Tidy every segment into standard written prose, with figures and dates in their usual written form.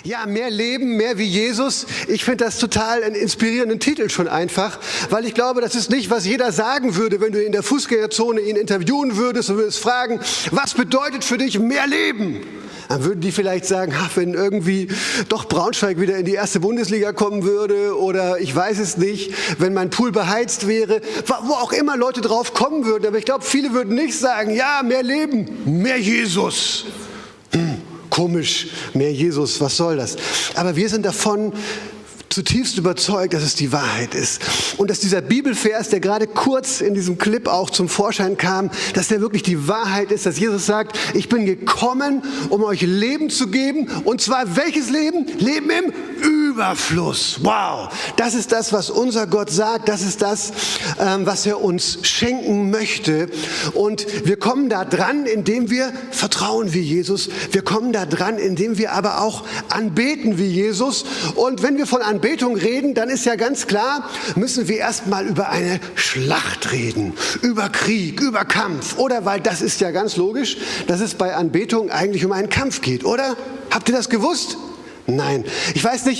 Ja, mehr Leben, mehr wie Jesus. Ich finde das total einen inspirierenden Titel schon einfach, weil ich glaube, das ist nicht, was jeder sagen würde, wenn du in der Fußgängerzone ihn interviewen würdest und würdest fragen, was bedeutet für dich mehr Leben? Dann würden die vielleicht sagen, wenn irgendwie doch Braunschweig wieder in die erste Bundesliga kommen würde oder ich weiß es nicht, wenn mein Pool beheizt wäre, wo auch immer Leute drauf kommen würden. Aber ich glaube, viele würden nicht sagen, ja, mehr Leben, mehr Jesus. Komisch, mehr Jesus, was soll das? Aber wir sind davon zutiefst überzeugt, dass es die Wahrheit ist. Und dass dieser Bibelvers, der gerade kurz in diesem Clip auch zum Vorschein kam, dass der wirklich die Wahrheit ist, dass Jesus sagt, ich bin gekommen, um euch Leben zu geben. Und zwar welches Leben? Leben im Überfluss. Wow, das ist das, was unser Gott sagt. Das ist das, was er uns schenken möchte. Und wir kommen da dran, indem wir vertrauen wie Jesus. Wir kommen da dran, indem wir aber auch anbeten wie Jesus. Und wenn wir von Anbetung reden, dann ist ja ganz klar, müssen wir erstmal über eine Schlacht reden, über Krieg, über Kampf. Oder, weil das ist ja ganz logisch, dass es bei Anbetung eigentlich um einen Kampf geht, oder? Habt ihr das gewusst? Nein, ich weiß nicht,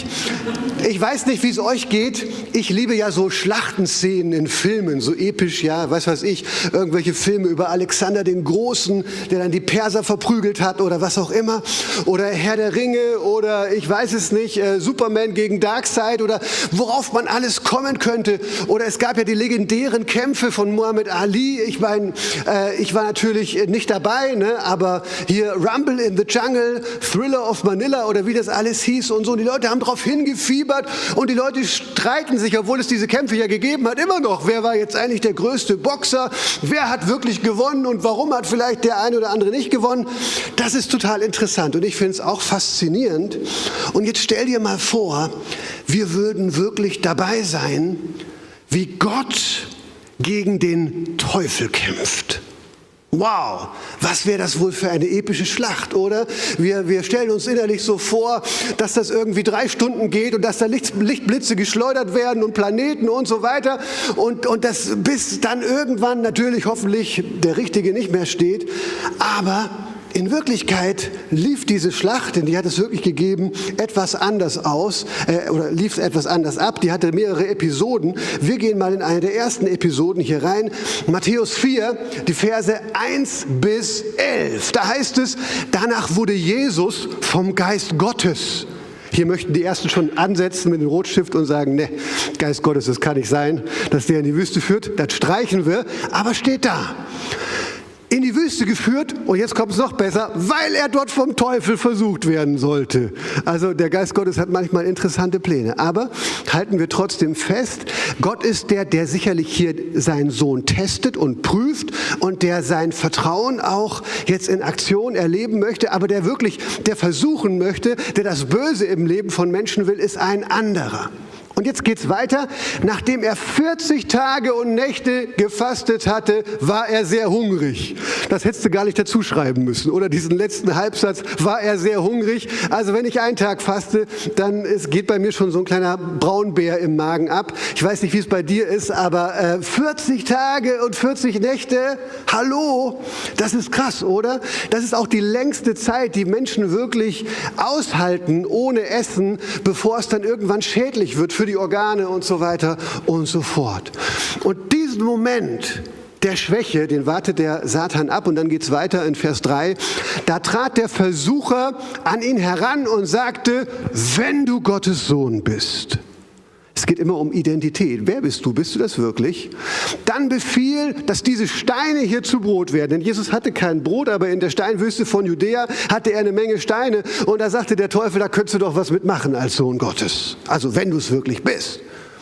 wie es euch geht. Ich liebe ja so Schlachtenszenen in Filmen, so episch, ja, was ich, irgendwelche Filme über Alexander den Großen, der dann die Perser verprügelt hat oder was auch immer. Oder Herr der Ringe oder ich weiß es nicht, Superman gegen Darkseid oder worauf man alles kommen könnte. Oder es gab ja die legendären Kämpfe von Muhammad Ali. Ich meine, ich war natürlich nicht dabei, ne, aber hier Rumble in the Jungle, Thriller of Manila oder wie das alles hieß und so. Und die Leute haben darauf hingefiebert und die Leute streiten sich, obwohl es diese Kämpfe ja gegeben hat, immer noch. Wer war jetzt eigentlich der größte Boxer? Wer hat wirklich gewonnen und warum hat vielleicht der eine oder andere nicht gewonnen? Das ist total interessant und ich finde es auch faszinierend. Und jetzt stell dir mal vor, wir würden wirklich dabei sein, wie Gott gegen den Teufel kämpft. Wow, was wäre das wohl für eine epische Schlacht, oder? Wir stellen uns innerlich so vor, dass das irgendwie 3 Stunden geht und dass da Lichtblitze geschleudert werden und Planeten und so weiter und das bis dann irgendwann natürlich hoffentlich der Richtige nicht mehr steht. Aber in Wirklichkeit lief diese Schlacht, denn die hat es wirklich gegeben, etwas anders aus, oder lief etwas anders ab. Die hatte mehrere Episoden. Wir gehen mal in eine der ersten Episoden hier rein. Matthäus 4, die Verse 1 bis 11. Da heißt es, danach wurde Jesus vom Geist Gottes. Hier möchten die Ersten schon ansetzen mit dem Rotstift und sagen, ne, Geist Gottes, das kann nicht sein, dass der in die Wüste führt. Das streichen wir, aber steht da. In die Wüste geführt, und jetzt kommt es noch besser, weil er dort vom Teufel versucht werden sollte. Also der Geist Gottes hat manchmal interessante Pläne. Aber halten wir trotzdem fest, Gott ist der sicherlich hier seinen Sohn testet und prüft und der sein Vertrauen auch jetzt in Aktion erleben möchte, aber der versuchen möchte, der das Böse im Leben von Menschen will, ist ein anderer. Und jetzt geht's weiter. Nachdem er 40 Tage und Nächte gefastet hatte, war er sehr hungrig. Das hättest du gar nicht dazu schreiben müssen. Oder diesen letzten Halbsatz, war er sehr hungrig. Also wenn ich einen Tag faste, dann geht bei mir schon so ein kleiner Braunbär im Magen ab. Ich weiß nicht, wie es bei dir ist, aber 40 Tage und 40 Nächte, hallo, das ist krass, oder? Das ist auch die längste Zeit, die Menschen wirklich aushalten ohne Essen, bevor es dann irgendwann schädlich wird für die Organe und so weiter und so fort. Und diesen Moment der Schwäche, den wartet der Satan ab und dann geht's weiter in Vers 3. Da trat der Versucher an ihn heran und sagte, wenn du Gottes Sohn bist. Es geht immer um Identität. Wer bist du? Bist du das wirklich? Dann befiehl, dass diese Steine hier zu Brot werden. Denn Jesus hatte kein Brot, aber in der Steinwüste von Judäa hatte er eine Menge Steine. Und da sagte der Teufel, da könntest du doch was mitmachen als Sohn Gottes. Also wenn du es wirklich bist.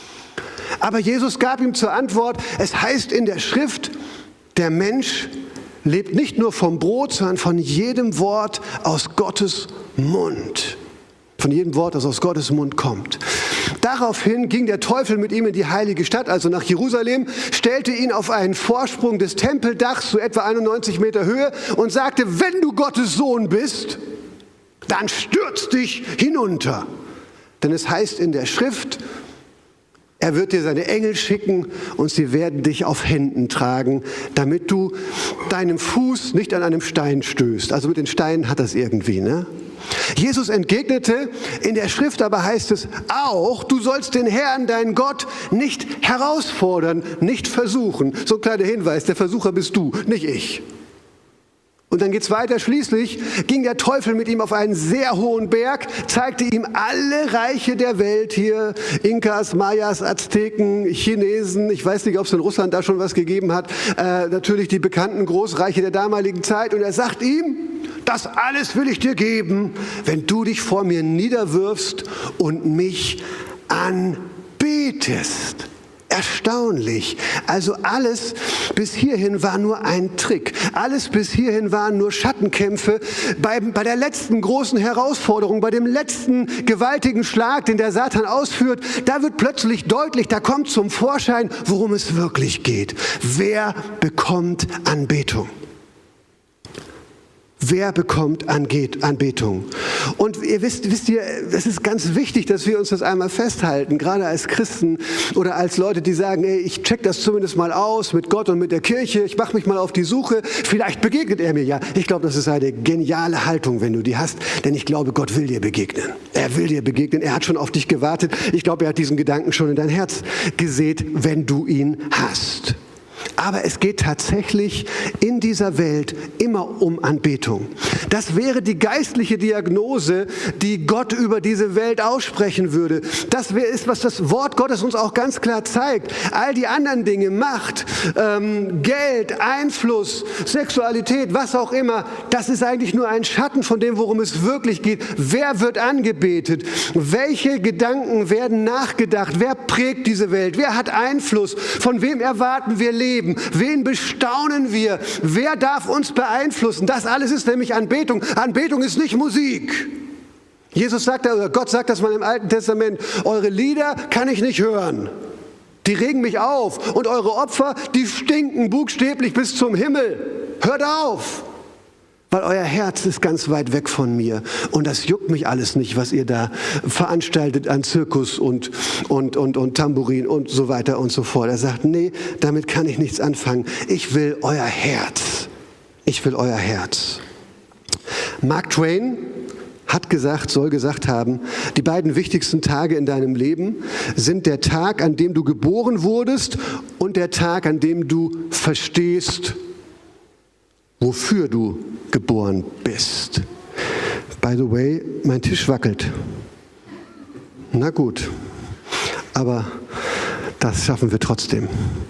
Aber Jesus gab ihm zur Antwort, es heißt in der Schrift, der Mensch lebt nicht nur vom Brot, sondern von jedem Wort aus Gottes Mund. Von jedem Wort, das aus Gottes Mund kommt. Daraufhin ging der Teufel mit ihm in die heilige Stadt, also nach Jerusalem, stellte ihn auf einen Vorsprung des Tempeldachs, so etwa 91 Meter Höhe, und sagte, wenn du Gottes Sohn bist, dann stürz dich hinunter. Denn es heißt in der Schrift, Er wird dir seine Engel schicken und sie werden dich auf Händen tragen, damit du deinem Fuß nicht an einem Stein stößt. Also mit den Steinen hat das irgendwie, ne? Jesus entgegnete, in der Schrift aber heißt es auch, du sollst den Herrn, deinen Gott, nicht herausfordern, nicht versuchen. So ein kleiner Hinweis, der Versucher bist du, nicht ich. Und dann geht's weiter. Schließlich ging der Teufel mit ihm auf einen sehr hohen Berg, zeigte ihm alle Reiche der Welt hier, Inkas, Mayas, Azteken, Chinesen, ich weiß nicht, ob es in Russland da schon was gegeben hat, natürlich die bekannten Großreiche der damaligen Zeit. Und er sagt ihm, das alles will ich dir geben, wenn du dich vor mir niederwirfst und mich anbetest. Erstaunlich. Also alles bis hierhin war nur ein Trick. Alles bis hierhin waren nur Schattenkämpfe. Bei der letzten großen Herausforderung, bei dem letzten gewaltigen Schlag, den der Satan ausführt, da wird plötzlich deutlich, da kommt zum Vorschein, worum es wirklich geht. Wer bekommt Anbetung? Wer bekommt Anbetung? Und ihr wisst ihr, es ist ganz wichtig, dass wir uns das einmal festhalten, gerade als Christen oder als Leute, die sagen, ey, ich check das zumindest mal aus mit Gott und mit der Kirche, ich mache mich mal auf die Suche, vielleicht begegnet er mir ja. Ich glaube, das ist eine geniale Haltung, wenn du die hast, denn ich glaube, Gott will dir begegnen. Er will dir begegnen, er hat schon auf dich gewartet. Ich glaube, er hat diesen Gedanken schon in dein Herz gesät, wenn du ihn hast. Aber es geht tatsächlich in dieser Welt immer um Anbetung. Das wäre die geistliche Diagnose, die Gott über diese Welt aussprechen würde. Das ist, was das Wort Gottes uns auch ganz klar zeigt. All die anderen Dinge, Macht, Geld, Einfluss, Sexualität, was auch immer, das ist eigentlich nur ein Schatten von dem, worum es wirklich geht. Wer wird angebetet? Welche Gedanken werden nachgedacht? Wer prägt diese Welt? Wer hat Einfluss? Von wem erwarten wir Leben? Wen bestaunen wir? Wer darf uns beeinflussen? Das alles ist nämlich Anbetung. Anbetung ist nicht Musik. Jesus sagt, oder Gott sagt das mal im Alten Testament, eure Lieder kann ich nicht hören. Die regen mich auf. Und eure Opfer, die stinken buchstäblich bis zum Himmel. Hört auf. Weil euer Herz ist ganz weit weg von mir. Und das juckt mich alles nicht, was ihr da veranstaltet an Zirkus und Tambourin und so weiter und so fort. Er sagt, nee, damit kann ich nichts anfangen. Ich will euer Herz. Ich will euer Herz. Mark Twain hat gesagt, soll gesagt haben, die beiden wichtigsten Tage in deinem Leben sind der Tag, an dem du geboren wurdest und der Tag, an dem du verstehst, wofür du geboren bist. By the way, mein Tisch wackelt. Na gut, aber das schaffen wir trotzdem.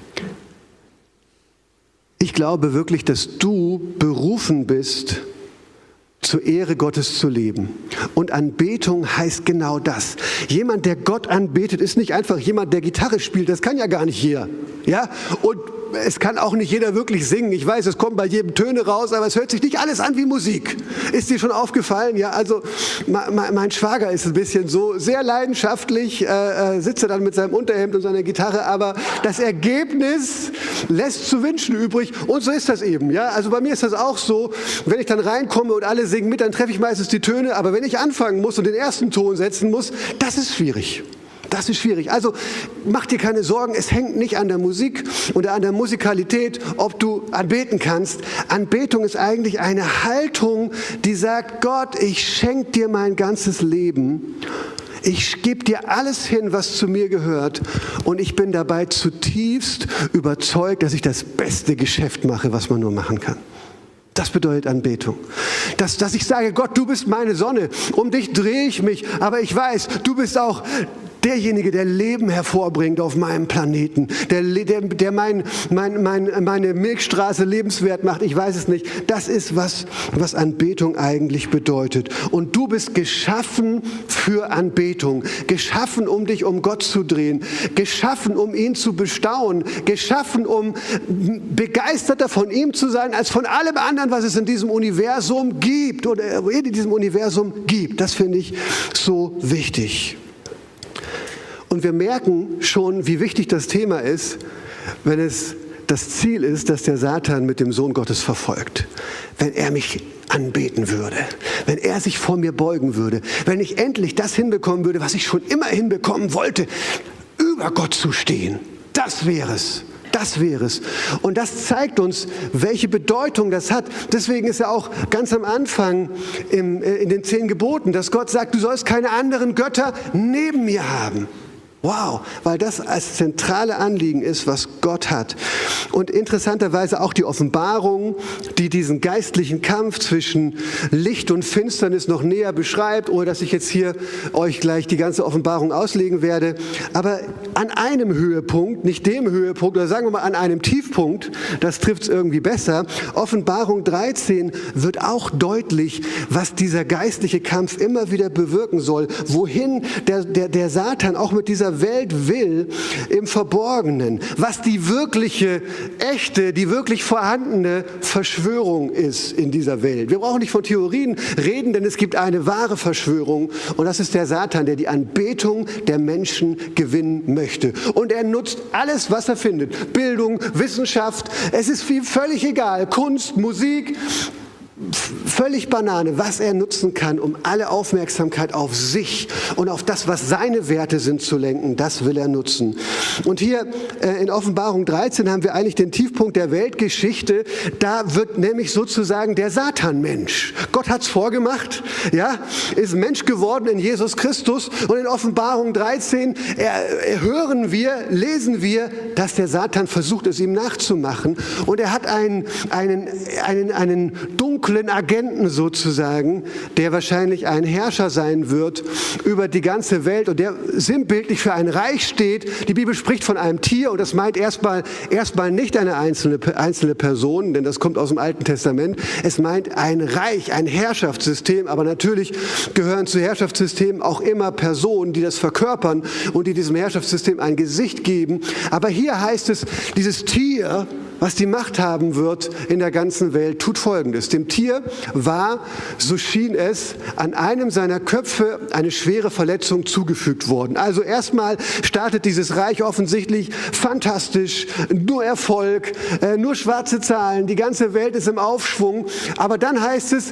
Ich glaube wirklich, dass du berufen bist, zur Ehre Gottes zu leben. Und Anbetung heißt genau das. Jemand, der Gott anbetet, ist nicht einfach jemand, der Gitarre spielt. Das kann ja gar nicht jeder. Ja? Und es kann auch nicht jeder wirklich singen. Ich weiß, es kommen bei jedem Töne raus, aber es hört sich nicht alles an wie Musik. Ist dir schon aufgefallen? Ja, also mein Schwager ist ein bisschen so sehr leidenschaftlich, sitzt er dann mit seinem Unterhemd und seiner Gitarre, aber das Ergebnis lässt zu wünschen übrig. Und so ist das eben. Ja, also bei mir ist das auch so. Wenn ich dann reinkomme und alle singen mit, dann treffe ich meistens die Töne. Aber wenn ich anfangen muss und den ersten Ton setzen muss, das ist schwierig. Das ist schwierig. Also mach dir keine Sorgen, es hängt nicht an der Musik oder an der Musikalität, ob du anbeten kannst. Anbetung ist eigentlich eine Haltung, die sagt, Gott, ich schenke dir mein ganzes Leben. Ich gebe dir alles hin, was zu mir gehört. Und ich bin dabei zutiefst überzeugt, dass ich das beste Geschäft mache, was man nur machen kann. Das bedeutet Anbetung. Dass ich sage, Gott, du bist meine Sonne, um dich drehe ich mich, aber ich weiß, du bist auch derjenige, der Leben hervorbringt auf meinem Planeten, der meine Milchstraße lebenswert macht, ich weiß es nicht. Das ist, was Anbetung eigentlich bedeutet. Und du bist geschaffen für Anbetung, geschaffen, um dich um Gott zu drehen, geschaffen, um ihn zu bestaunen, geschaffen, um begeisterter von ihm zu sein, als von allem anderen, was es in diesem Universum gibt oder in diesem Universum gibt. Das finde ich so wichtig. Und wir merken schon, wie wichtig das Thema ist, wenn es das Ziel ist, dass der Satan mit dem Sohn Gottes verfolgt. Wenn er mich anbeten würde, wenn er sich vor mir beugen würde, wenn ich endlich das hinbekommen würde, was ich schon immer hinbekommen wollte, über Gott zu stehen. Das wäre es. Das wäre es. Und das zeigt uns, welche Bedeutung das hat. Deswegen ist ja auch ganz am Anfang in den 10 Geboten, dass Gott sagt, du sollst keine anderen Götter neben mir haben. Wow, weil das als zentrale Anliegen ist, was Gott hat. Und interessanterweise auch die Offenbarung, die diesen geistlichen Kampf zwischen Licht und Finsternis noch näher beschreibt, ohne dass ich jetzt hier euch gleich die ganze Offenbarung auslegen werde. Aber an einem Höhepunkt, nicht dem Höhepunkt, oder sagen wir mal an einem Tiefpunkt, das trifft es irgendwie besser, Offenbarung 13 wird auch deutlich, was dieser geistliche Kampf immer wieder bewirken soll, wohin der Satan auch mit dieser Welt will im Verborgenen, was die wirkliche, echte, die wirklich vorhandene Verschwörung ist in dieser Welt. Wir brauchen nicht von Theorien reden, denn es gibt eine wahre Verschwörung und das ist der Satan, der die Anbetung der Menschen gewinnen möchte. Und er nutzt alles, was er findet. Bildung, Wissenschaft, es ist völlig egal, Kunst, Musik, völlig Banane, was er nutzen kann, um alle Aufmerksamkeit auf sich und auf das, was seine Werte sind, zu lenken. Das will er nutzen. Und hier in Offenbarung 13 haben wir eigentlich den Tiefpunkt der Weltgeschichte. Da wird nämlich sozusagen der Satan Mensch. Gott hat's vorgemacht, ja, ist Mensch geworden in Jesus Christus. Und in Offenbarung 13 lesen wir, dass der Satan versucht, es ihm nachzumachen. Und er hat einen dunklen Agenten sozusagen, der wahrscheinlich ein Herrscher sein wird über die ganze Welt und der sinnbildlich für ein Reich steht. Die Bibel spricht von einem Tier und das meint erstmal nicht eine einzelne Person, denn das kommt aus dem Alten Testament. Es meint ein Reich, ein Herrschaftssystem, aber natürlich gehören zu Herrschaftssystemen auch immer Personen, die das verkörpern und die diesem Herrschaftssystem ein Gesicht geben. Aber hier heißt es, dieses Tier, was die Macht haben wird in der ganzen Welt, tut Folgendes. Dem Tier war, so schien es, an einem seiner Köpfe eine schwere Verletzung zugefügt worden. Also erstmal startet dieses Reich offensichtlich fantastisch, nur Erfolg, nur schwarze Zahlen, die ganze Welt ist im Aufschwung. Aber dann heißt es,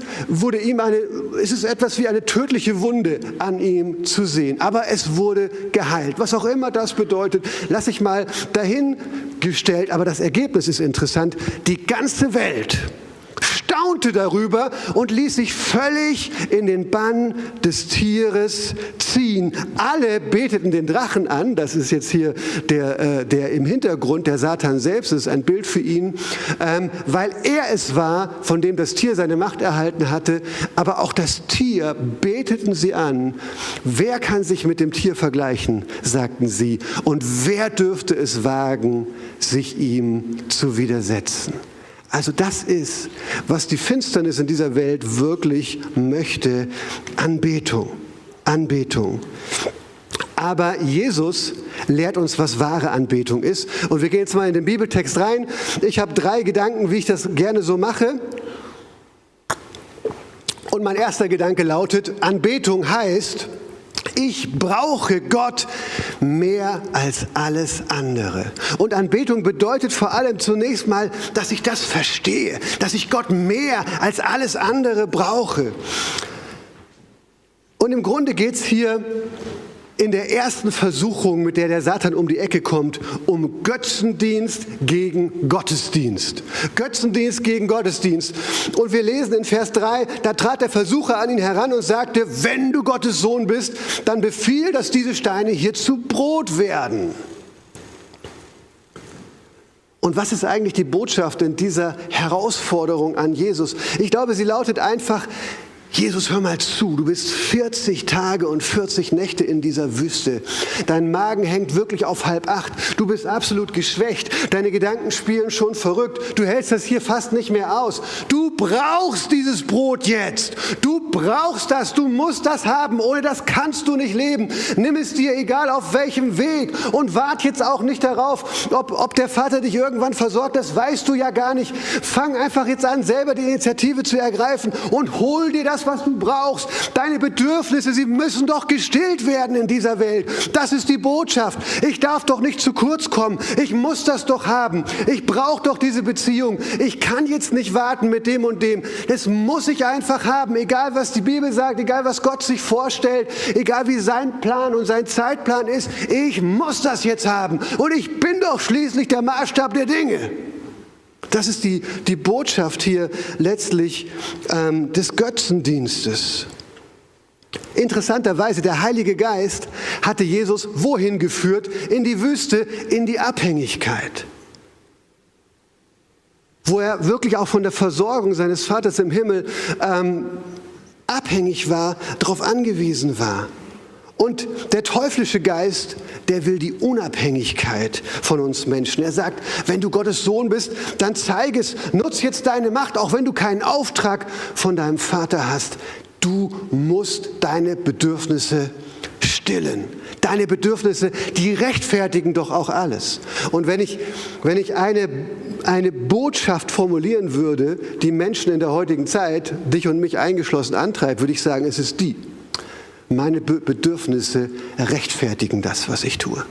es ist etwas wie eine tödliche Wunde an ihm zu sehen. Aber es wurde geheilt. Was auch immer das bedeutet, lasse ich mal dahingestellt. Aber das Ergebnis ist interessant. Die ganze Welt staunte darüber und ließ sich völlig in den Bann des Tieres ziehen. Alle beteten den Drachen an. Das ist jetzt hier der im Hintergrund, der Satan selbst, das ist ein Bild für ihn, weil er es war, von dem das Tier seine Macht erhalten hatte. Aber auch das Tier beteten sie an. Wer kann sich mit dem Tier vergleichen, sagten sie. Und wer dürfte es wagen, sich ihm zu widersetzen? Also das ist, was die Finsternis in dieser Welt wirklich möchte, Anbetung. Anbetung. Aber Jesus lehrt uns, was wahre Anbetung ist. Und wir gehen jetzt mal in den Bibeltext rein. Ich habe 3 Gedanken, wie ich das gerne so mache. Und mein erster Gedanke lautet, Anbetung heißt, ich brauche Gott mehr als alles andere. Und Anbetung bedeutet vor allem zunächst mal, dass ich das verstehe, dass ich Gott mehr als alles andere brauche. Und im Grunde geht es hier in der ersten Versuchung, mit der der Satan um die Ecke kommt, um Götzendienst gegen Gottesdienst. Götzendienst gegen Gottesdienst. Und wir lesen in Vers 3, da trat der Versucher an ihn heran und sagte, wenn du Gottes Sohn bist, dann befiehl, dass diese Steine hier zu Brot werden. Und was ist eigentlich die Botschaft in dieser Herausforderung an Jesus? Ich glaube, sie lautet einfach, Jesus, hör mal zu, du bist 40 Tage und 40 Nächte in dieser Wüste. Dein Magen hängt wirklich auf 7:30. Du bist absolut geschwächt. Deine Gedanken spielen schon verrückt. Du hältst das hier fast nicht mehr aus. Du brauchst dieses Brot jetzt. Du brauchst das. Du musst das haben. Ohne das kannst du nicht leben. Nimm es dir, egal auf welchem Weg. Und wart jetzt auch nicht darauf, ob der Vater dich irgendwann versorgt. Das weißt du ja gar nicht. Fang einfach jetzt an, selber die Initiative zu ergreifen und hol dir das das, was du brauchst. Deine Bedürfnisse, sie müssen doch gestillt werden in dieser Welt. Das ist die Botschaft. Ich darf doch nicht zu kurz kommen. Ich muss das doch haben. Ich brauche doch diese Beziehung. Ich kann jetzt nicht warten mit dem und dem. Das muss ich einfach haben. Egal, was die Bibel sagt, egal, was Gott sich vorstellt, egal, wie sein Plan und sein Zeitplan ist. Ich muss das jetzt haben. Und ich bin doch schließlich der Maßstab der Dinge. Das ist die Botschaft hier letztlich des Götzendienstes. Interessanterweise, der Heilige Geist hatte Jesus wohin geführt? In die Wüste, in die Abhängigkeit. Wo er wirklich auch von der Versorgung seines Vaters im Himmel abhängig war, darauf angewiesen war. Und der teuflische Geist, der will die Unabhängigkeit von uns Menschen. Er sagt, wenn du Gottes Sohn bist, dann zeig es, nutz jetzt deine Macht, auch wenn du keinen Auftrag von deinem Vater hast. Du musst deine Bedürfnisse stillen. Deine Bedürfnisse, die rechtfertigen doch auch alles. Und wenn ich eine Botschaft formulieren würde, die Menschen in der heutigen Zeit, dich und mich eingeschlossen, antreibt, würde ich sagen, es ist die. Meine Bedürfnisse rechtfertigen das, was ich tue.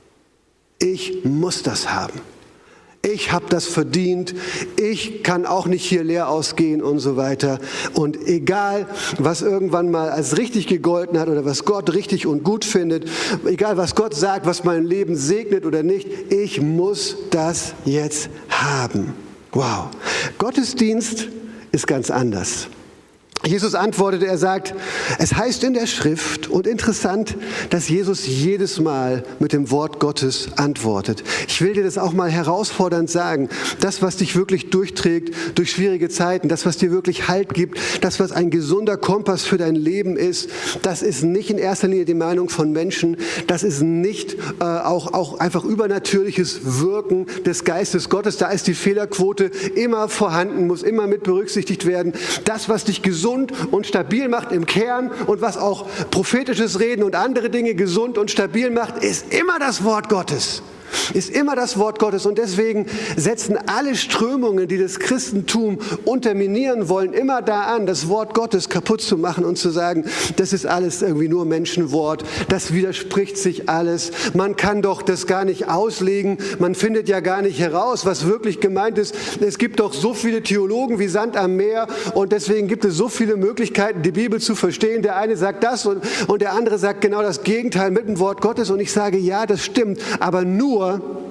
Ich muss das haben. Ich habe das verdient. Ich kann auch nicht hier leer ausgehen und so weiter. Und egal, was irgendwann mal als richtig gegolten hat oder was Gott richtig und gut findet, egal, was Gott sagt, was mein Leben segnet oder nicht, ich muss das jetzt haben. Wow. Gottesdienst ist ganz anders. Jesus antwortete, er sagt, es heißt in der Schrift, und interessant, dass Jesus jedes Mal mit dem Wort Gottes antwortet. Ich will dir das auch mal herausfordernd sagen. Das, was dich wirklich durchträgt durch schwierige Zeiten, das, was dir wirklich Halt gibt, das, was ein gesunder Kompass für dein Leben ist, das ist nicht in erster Linie die Meinung von Menschen, das ist nicht auch einfach übernatürliches Wirken des Geistes Gottes. Da ist die Fehlerquote immer vorhanden, muss immer mit berücksichtigt werden. Das, was dich gesund und stabil macht im Kern und was auch prophetisches Reden und andere Dinge gesund und stabil macht, ist immer das Wort Gottes. Ist immer das Wort Gottes. Und deswegen setzen alle Strömungen, die das Christentum unterminieren wollen, immer da an, das Wort Gottes kaputt zu machen und zu sagen, das ist alles irgendwie nur Menschenwort, das widerspricht sich alles, man kann doch das gar nicht auslegen, man findet ja gar nicht heraus, was wirklich gemeint ist. Es gibt doch so viele Theologen wie Sand am Meer und deswegen gibt es so viele Möglichkeiten, die Bibel zu verstehen. Der eine sagt das und der andere sagt genau das Gegenteil mit dem Wort Gottes. Und ich sage, ja, das stimmt, aber nur,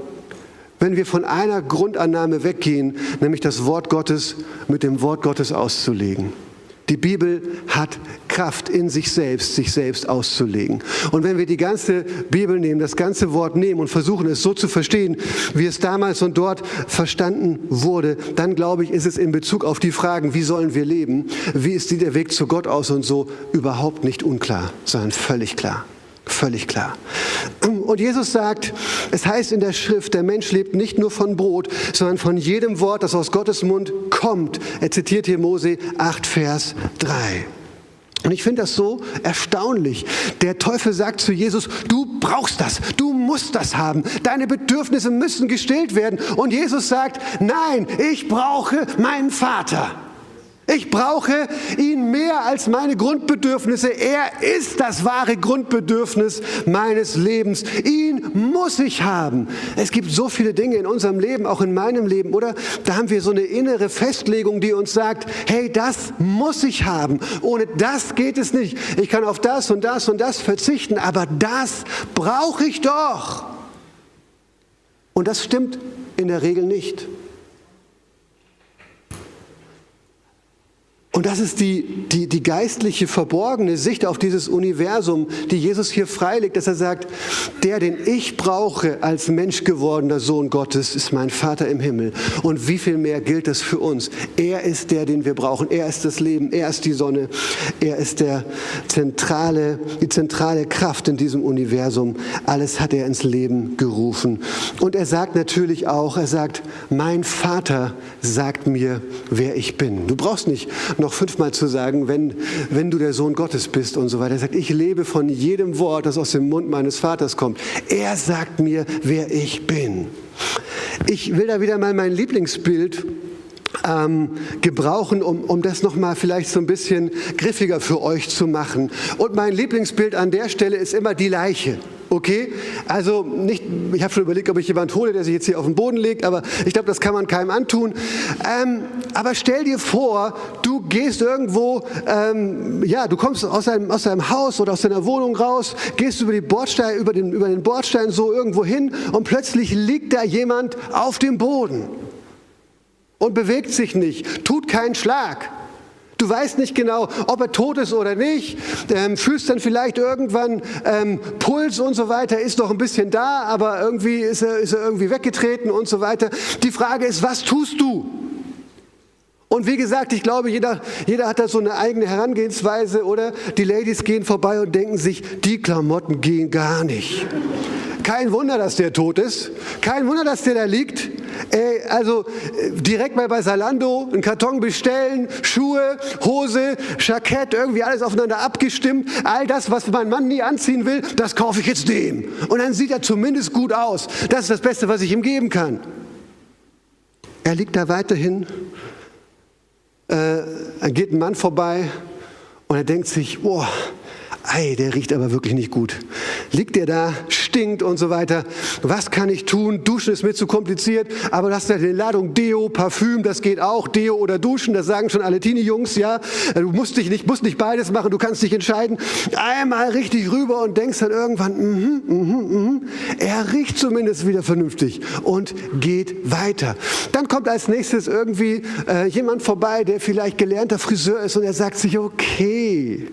wenn wir von einer Grundannahme weggehen, nämlich das Wort Gottes mit dem Wort Gottes auszulegen. Die Bibel hat Kraft in sich selbst auszulegen. Und wenn wir die ganze Bibel nehmen, das ganze Wort nehmen und versuchen es so zu verstehen, wie es damals und dort verstanden wurde, dann glaube ich, ist es in Bezug auf die Fragen, wie sollen wir leben, wie ist der Weg zu Gott aus und so, überhaupt nicht unklar, sondern völlig klar. Völlig klar. Und Jesus sagt, es heißt in der Schrift, der Mensch lebt nicht nur von Brot, sondern von jedem Wort, das aus Gottes Mund kommt. Er zitiert hier Mose 8, Vers 3. Und ich finde das so erstaunlich. Der Teufel sagt zu Jesus, du brauchst das, du musst das haben, deine Bedürfnisse müssen gestillt werden. Und Jesus sagt, nein, ich brauche meinen Vater. Ich brauche ihn mehr als meine Grundbedürfnisse. Er ist das wahre Grundbedürfnis meines Lebens. Ihn muss ich haben. Es gibt so viele Dinge in unserem Leben, auch in meinem Leben, oder? Da haben wir so eine innere Festlegung, die uns sagt, hey, das muss ich haben. Ohne das geht es nicht. Ich kann auf das und das und das verzichten, aber das brauche ich doch. Und das stimmt in der Regel nicht. Und das ist die geistliche, verborgene Sicht auf dieses Universum, die Jesus hier freilegt, dass er sagt, der, den ich brauche als menschgewordener Sohn Gottes, ist mein Vater im Himmel. Und wie viel mehr gilt das für uns? Er ist der, den wir brauchen. Er ist das Leben, er ist die Sonne, er ist die zentrale Kraft in diesem Universum. Alles hat er ins Leben gerufen. Und er sagt natürlich auch, mein Vater sagt mir, wer ich bin. Du brauchst nicht noch 5-mal zu sagen, wenn du der Sohn Gottes bist und so weiter. Er sagt, ich lebe von jedem Wort, das aus dem Mund meines Vaters kommt. Er sagt mir, wer ich bin. Ich will da wieder mal mein Lieblingsbild gebrauchen, um das nochmal vielleicht so ein bisschen griffiger für euch zu machen. Und mein Lieblingsbild an der Stelle ist immer die Leiche. Okay? Also nicht, ich habe schon überlegt, ob ich jemanden hole, der sich jetzt hier auf den Boden legt, aber ich glaube, das kann man keinem antun. Aber stell dir vor, du gehst irgendwo, du kommst aus deinem Haus oder aus deiner Wohnung raus, gehst über den Bordstein so irgendwo hin und plötzlich liegt da jemand auf dem Boden und bewegt sich nicht, tut keinen Schlag. Du weißt nicht genau, ob er tot ist oder nicht, fühlst dann vielleicht irgendwann Puls und so weiter, ist noch ein bisschen da, aber irgendwie ist er irgendwie weggetreten und so weiter. Die Frage ist, was tust du? Und wie gesagt, ich glaube, jeder hat da so eine eigene Herangehensweise, oder? Die Ladies gehen vorbei und denken sich, die Klamotten gehen gar nicht. Kein Wunder, dass der tot ist. Kein Wunder, dass der da liegt. Also direkt mal bei Zalando einen Karton bestellen, Schuhe, Hose, Jackett, irgendwie alles aufeinander abgestimmt. All das, was mein Mann nie anziehen will, das kaufe ich jetzt dem. Und dann sieht er zumindest gut aus. Das ist das Beste, was ich ihm geben kann. Er liegt da weiterhin. Geht ein Mann vorbei und er denkt sich, boah, der riecht aber wirklich nicht gut. Liegt der da, stinkt und so weiter. Was kann ich tun? Duschen ist mir zu kompliziert, aber du hast ja die Ladung Deo, Parfüm, das geht auch. Deo oder Duschen, das sagen schon alle Teenie-Jungs, ja. Du musst nicht beides machen, du kannst dich entscheiden. Einmal richtig rüber und denkst dann irgendwann, er riecht zumindest wieder vernünftig und geht weiter. Dann kommt als nächstes irgendwie jemand vorbei, der vielleicht gelernter Friseur ist und er sagt sich, okay,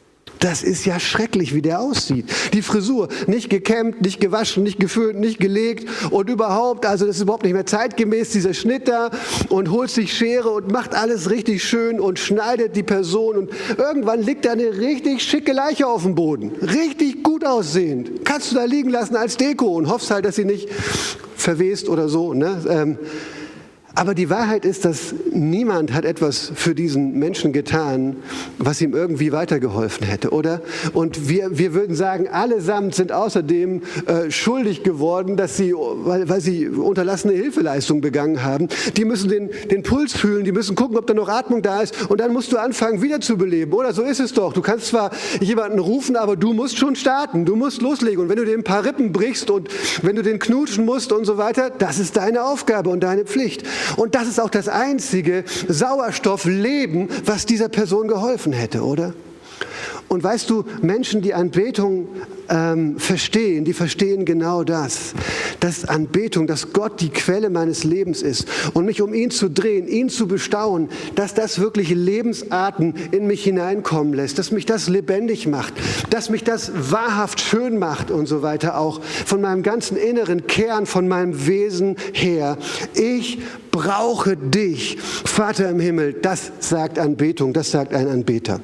das ist ja schrecklich, wie der aussieht. Die Frisur, nicht gekämmt, nicht gewaschen, nicht geföhnt, nicht gelegt und überhaupt, also das ist überhaupt nicht mehr zeitgemäß, dieser Schnitt da, und holt sich Schere und macht alles richtig schön und schneidet die Person und irgendwann liegt da eine richtig schicke Leiche auf dem Boden. Richtig gut aussehend. Kannst du da liegen lassen als Deko und hoffst halt, dass sie nicht verwest oder so, ne? Aber die Wahrheit ist, dass niemand hat etwas für diesen Menschen getan, was ihm irgendwie weitergeholfen hätte, oder? Und wir würden sagen, allesamt sind außerdem schuldig geworden, weil sie unterlassene Hilfeleistung begangen haben. Die müssen den Puls fühlen, die müssen gucken, ob da noch Atmung da ist und dann musst du anfangen, wiederzubeleben, oder? So ist es doch. Du kannst zwar jemanden rufen, aber du musst schon starten, du musst loslegen. Und wenn du dir ein paar Rippen brichst und wenn du den knutschen musst und so weiter, das ist deine Aufgabe und deine Pflicht. Und das ist auch das einzige Sauerstoffleben, was dieser Person geholfen hätte, oder? Und weißt du, Menschen, die Anbetung verstehen, die verstehen genau das. Dass Anbetung, dass Gott die Quelle meines Lebens ist und mich um ihn zu drehen, ihn zu bestaunen, dass das wirklich Lebensarten in mich hineinkommen lässt, dass mich das lebendig macht, dass mich das wahrhaft schön macht und so weiter, auch von meinem ganzen inneren Kern, von meinem Wesen her. Ich brauche dich, Vater im Himmel. Das sagt Anbetung, das sagt ein Anbeter.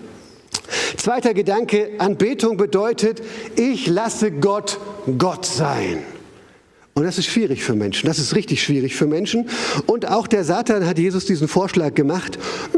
Zweiter Gedanke, Anbetung bedeutet, ich lasse Gott Gott sein. Und das ist schwierig für Menschen, das ist richtig schwierig für Menschen. Und auch der Satan hat Jesus diesen Vorschlag gemacht,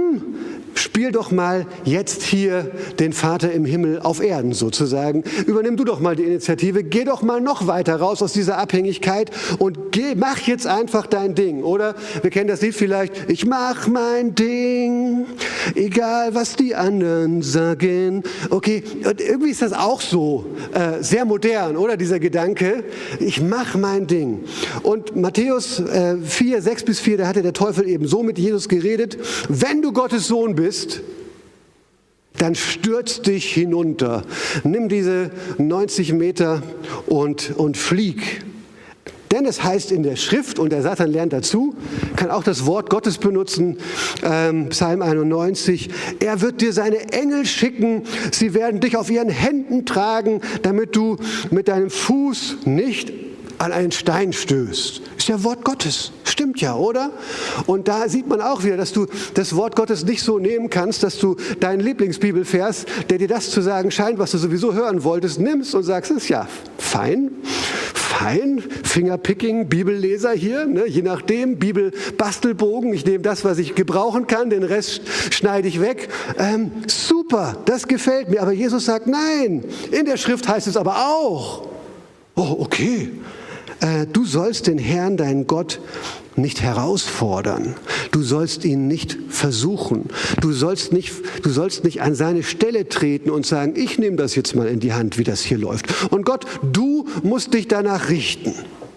spiel doch mal jetzt hier den Vater im Himmel auf Erden sozusagen. Übernimm du doch mal die Initiative, geh doch mal noch weiter raus aus dieser Abhängigkeit und mach jetzt einfach dein Ding. Oder wir kennen das Lied vielleicht, ich mach mein Ding, egal was die anderen sagen. Okay, und irgendwie ist das auch so sehr modern, oder dieser Gedanke, ich mach mein Ding. Und Matthäus 4, 6-4, da hatte der Teufel eben so mit Jesus geredet, wenn du Gottes Sohn bist, dann stürz dich hinunter. Nimm diese 90 Meter und flieg. Denn es heißt in der Schrift, und der Satan lernt dazu, kann auch das Wort Gottes benutzen, Psalm 91, er wird dir seine Engel schicken, sie werden dich auf ihren Händen tragen, damit du mit deinem Fuß nicht an einen Stein stößt. Ist ja Wort Gottes. Stimmt ja, oder? Und da sieht man auch wieder, dass du das Wort Gottes nicht so nehmen kannst, dass du deinen Lieblingsbibelvers, der dir das zu sagen scheint, was du sowieso hören wolltest, nimmst und sagst, ist ja fein, Fingerpicking, Bibelleser hier, ne? Je nachdem, Bibelbastelbogen, ich nehme das, was ich gebrauchen kann, den Rest schneide ich weg. Super, das gefällt mir. Aber Jesus sagt, nein, in der Schrift heißt es aber auch. Oh, okay. du sollst den Herrn, deinen Gott, nicht herausfordern. Du sollst ihn nicht versuchen. Du sollst nicht an seine Stelle treten und sagen, ich nehme das jetzt mal in die Hand, wie das hier läuft. Und Gott, du musst dich danach richten.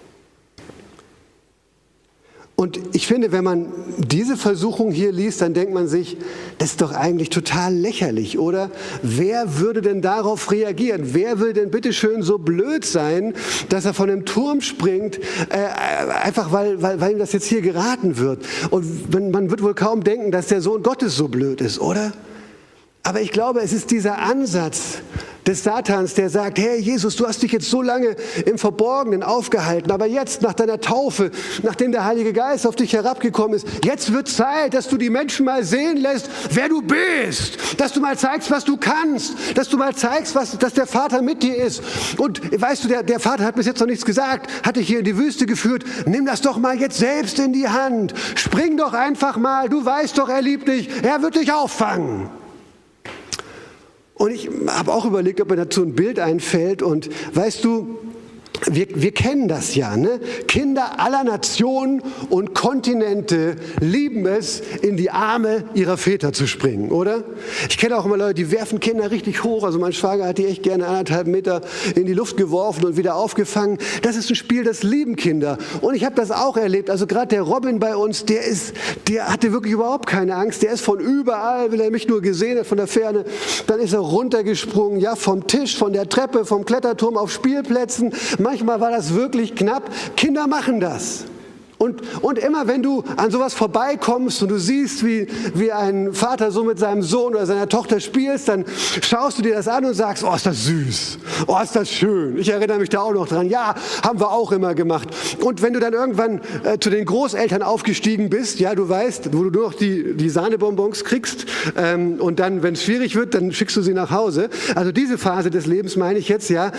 Und ich finde, wenn man diese Versuchung hier liest, dann denkt man sich, das ist doch eigentlich total lächerlich, oder? Wer würde denn darauf reagieren? Wer will denn bitte schön so blöd sein, dass er von einem Turm springt, einfach weil ihm das jetzt hier geraten wird? Und man wird wohl kaum denken, dass der Sohn Gottes so blöd ist, oder? Aber ich glaube, es ist dieser Ansatz des Satans, der sagt, hey Jesus, du hast dich jetzt so lange im Verborgenen aufgehalten, aber jetzt nach deiner Taufe, nachdem der Heilige Geist auf dich herabgekommen ist, jetzt wird Zeit, dass du die Menschen mal sehen lässt, wer du bist, dass du mal zeigst, was du kannst, dass du mal zeigst, dass der Vater mit dir ist. Und weißt du, der Vater hat bis jetzt noch nichts gesagt, hat dich hier in die Wüste geführt, nimm das doch mal jetzt selbst in die Hand, spring doch einfach mal, du weißt doch, er liebt dich, er wird dich auffangen. Und ich habe auch überlegt, ob mir dazu ein Bild einfällt. Und weißt du, wir kennen das ja, ne? Kinder aller Nationen und Kontinente lieben es, in die Arme ihrer Väter zu springen, oder? Ich kenne auch immer Leute, die werfen Kinder richtig hoch. Also mein Schwager hat die echt gerne 1,5 Meter in die Luft geworfen und wieder aufgefangen. Das ist ein Spiel, das lieben Kinder. Und ich habe das auch erlebt. Also gerade der Robin bei uns, der hatte wirklich überhaupt keine Angst. Der ist von überall, wenn er mich nur gesehen hat, von der Ferne, dann ist er runtergesprungen, ja, vom Tisch, von der Treppe, vom Kletterturm auf Spielplätzen. Manchmal war das wirklich knapp. Kinder machen das. Und immer wenn du an sowas vorbeikommst und du siehst, wie ein Vater so mit seinem Sohn oder seiner Tochter spielst, dann schaust du dir das an und sagst, oh, ist das süß, oh, ist das schön. Ich erinnere mich da auch noch dran. Ja, haben wir auch immer gemacht. Und wenn du dann irgendwann zu den Großeltern aufgestiegen bist, ja, du weißt, wo du nur noch die Sahnebonbons kriegst und dann, wenn es schwierig wird, dann schickst du sie nach Hause. Also diese Phase des Lebens meine ich jetzt, ja.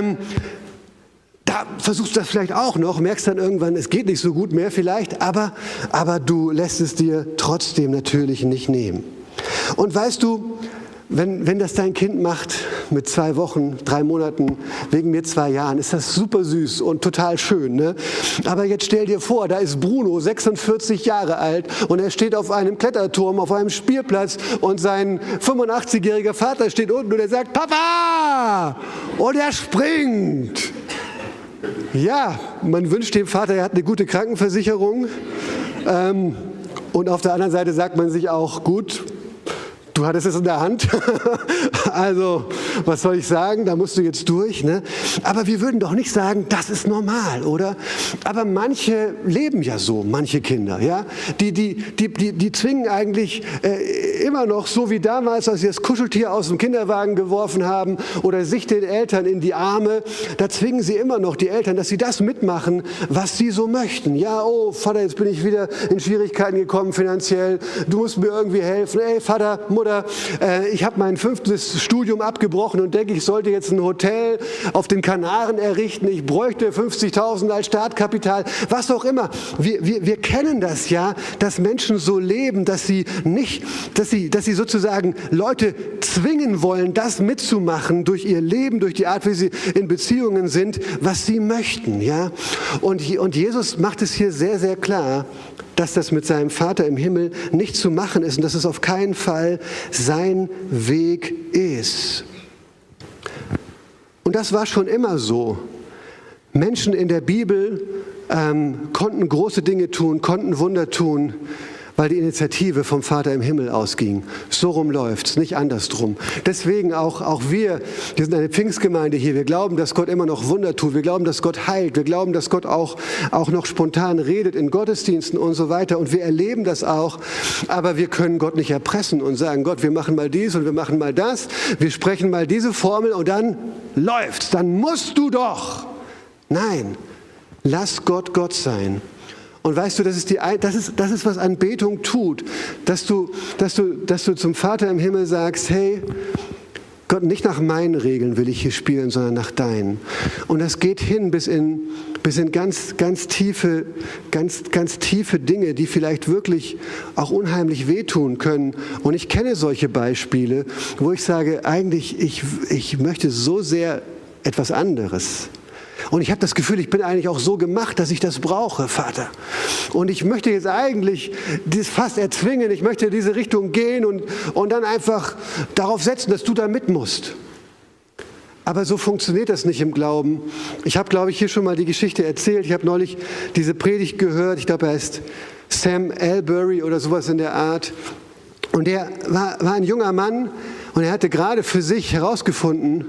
Da versuchst du das vielleicht auch noch, merkst dann irgendwann, es geht nicht so gut mehr vielleicht, aber du lässt es dir trotzdem natürlich nicht nehmen. Und weißt du, wenn das dein Kind macht mit 2 Wochen, 3 Monaten, wegen mir 2 Jahren, ist das super süß und total schön, ne? Aber jetzt stell dir vor, da ist Bruno, 46 Jahre alt und er steht auf einem Kletterturm, auf einem Spielplatz und sein 85-jähriger Vater steht unten und er sagt, Papa! Und er springt. Ja, man wünscht dem Vater, er hat eine gute Krankenversicherung. Und auf der anderen Seite sagt man sich auch, gut, du hattest es in der Hand. Also, was soll ich sagen? Da musst du jetzt durch, ne? Aber wir würden doch nicht sagen, das ist normal, oder? Aber manche leben ja so, manche Kinder, ja? Die zwingen eigentlich immer noch, so wie damals, als sie das Kuscheltier aus dem Kinderwagen geworfen haben oder sich den Eltern in die Arme, da zwingen sie immer noch die Eltern, dass sie das mitmachen, was sie so möchten. Ja, oh, Vater, jetzt bin ich wieder in Schwierigkeiten gekommen finanziell, du musst mir irgendwie helfen. Ey, Vater, Mutter, ich habe mein 5. Studium abgebrochen und denke, ich sollte jetzt ein Hotel auf den Kanaren errichten. Ich bräuchte 50.000 als Startkapital, was auch immer. Wir kennen das ja, dass Menschen so leben, dass sie sozusagen Leute zwingen wollen, das mitzumachen durch ihr Leben, durch die Art, wie sie in Beziehungen sind, was sie möchten. Ja? Und Jesus macht es hier sehr, sehr klar, dass das mit seinem Vater im Himmel nicht zu machen ist und dass es auf keinen Fall sein Weg ist. Und das war schon immer so. Menschen in der Bibel konnten große Dinge tun, konnten Wunder tun, weil die Initiative vom Vater im Himmel ausging. So rum läuft's, nicht andersrum. Deswegen auch wir sind eine Pfingstgemeinde hier, wir glauben, dass Gott immer noch Wunder tut, wir glauben, dass Gott heilt, wir glauben, dass Gott auch noch spontan redet in Gottesdiensten und so weiter und wir erleben das auch, aber wir können Gott nicht erpressen und sagen, Gott, wir machen mal dies und wir machen mal das, wir sprechen mal diese Formel und dann läuft's, dann musst du doch. Nein, lass Gott Gott sein. Und weißt du, das ist, was Anbetung tut, dass du zum Vater im Himmel sagst, hey, Gott, nicht nach meinen Regeln will ich hier spielen, sondern nach deinen. Und das geht hin bis in ganz tiefe Dinge, die vielleicht wirklich auch unheimlich wehtun können. Und ich kenne solche Beispiele, wo ich sage, eigentlich, ich möchte so sehr etwas anderes. Und ich habe das Gefühl, ich bin eigentlich auch so gemacht, dass ich das brauche, Vater. Und ich möchte jetzt eigentlich das fast erzwingen. Ich möchte in diese Richtung gehen und dann einfach darauf setzen, dass du da mit musst. Aber so funktioniert das nicht im Glauben. Ich habe, glaube ich, hier schon mal die Geschichte erzählt. Ich habe neulich diese Predigt gehört. Ich glaube, er heißt Sam Albury oder sowas in der Art. Und er war ein junger Mann und er hatte gerade für sich herausgefunden,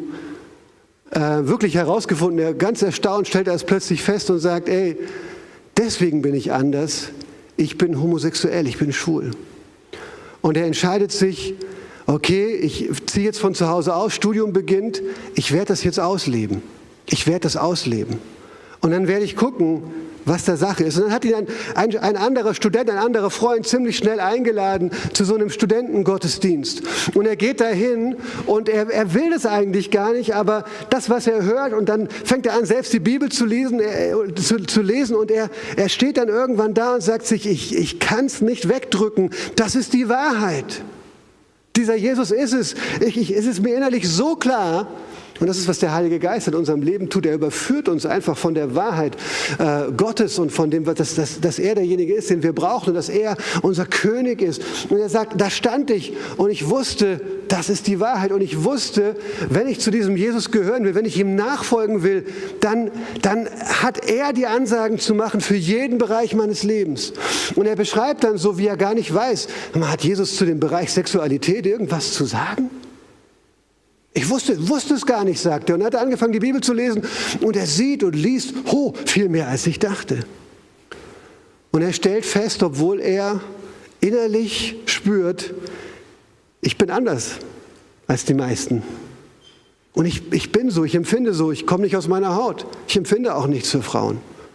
er ganz erstaunt stellt er es plötzlich fest und sagt, ey, deswegen bin ich anders. Ich bin homosexuell, ich bin schwul. Und er entscheidet sich, okay, ich ziehe jetzt von zu Hause aus, Studium beginnt, ich werde das jetzt ausleben. Ich werde das ausleben. Und dann werde ich gucken, was da Sache ist. Und dann hat ihn ein anderer Student, ein anderer Freund ziemlich schnell eingeladen zu so einem Studentengottesdienst. Und er geht dahin und er will das eigentlich gar nicht, aber das, was er hört, und dann fängt er an, selbst die Bibel zu lesen und er steht dann irgendwann da und sagt sich, ich kann es nicht wegdrücken, das ist die Wahrheit. Dieser Jesus ist es. Es ist mir innerlich so klar. Und das ist, was der Heilige Geist in unserem Leben tut. Er überführt uns einfach von der Wahrheit Gottes und von dem, dass er derjenige ist, den wir brauchen und dass er unser König ist. Und er sagt, da stand ich und ich wusste, das ist die Wahrheit. Und ich wusste, wenn ich zu diesem Jesus gehören will, wenn ich ihm nachfolgen will, dann hat er die Ansagen zu machen für jeden Bereich meines Lebens. Und er beschreibt dann so, wie er gar nicht weiß, hat Jesus zu dem Bereich Sexualität irgendwas zu sagen? Ich wusste es gar nicht, sagt er. Und er hat angefangen, die Bibel zu lesen. Und er sieht und liest, viel mehr, als ich dachte. Und er stellt fest, obwohl er innerlich spürt, ich bin anders als die meisten. Und ich bin so, ich empfinde so, ich komme nicht aus meiner Haut. Ich empfinde auch nichts für Frauen.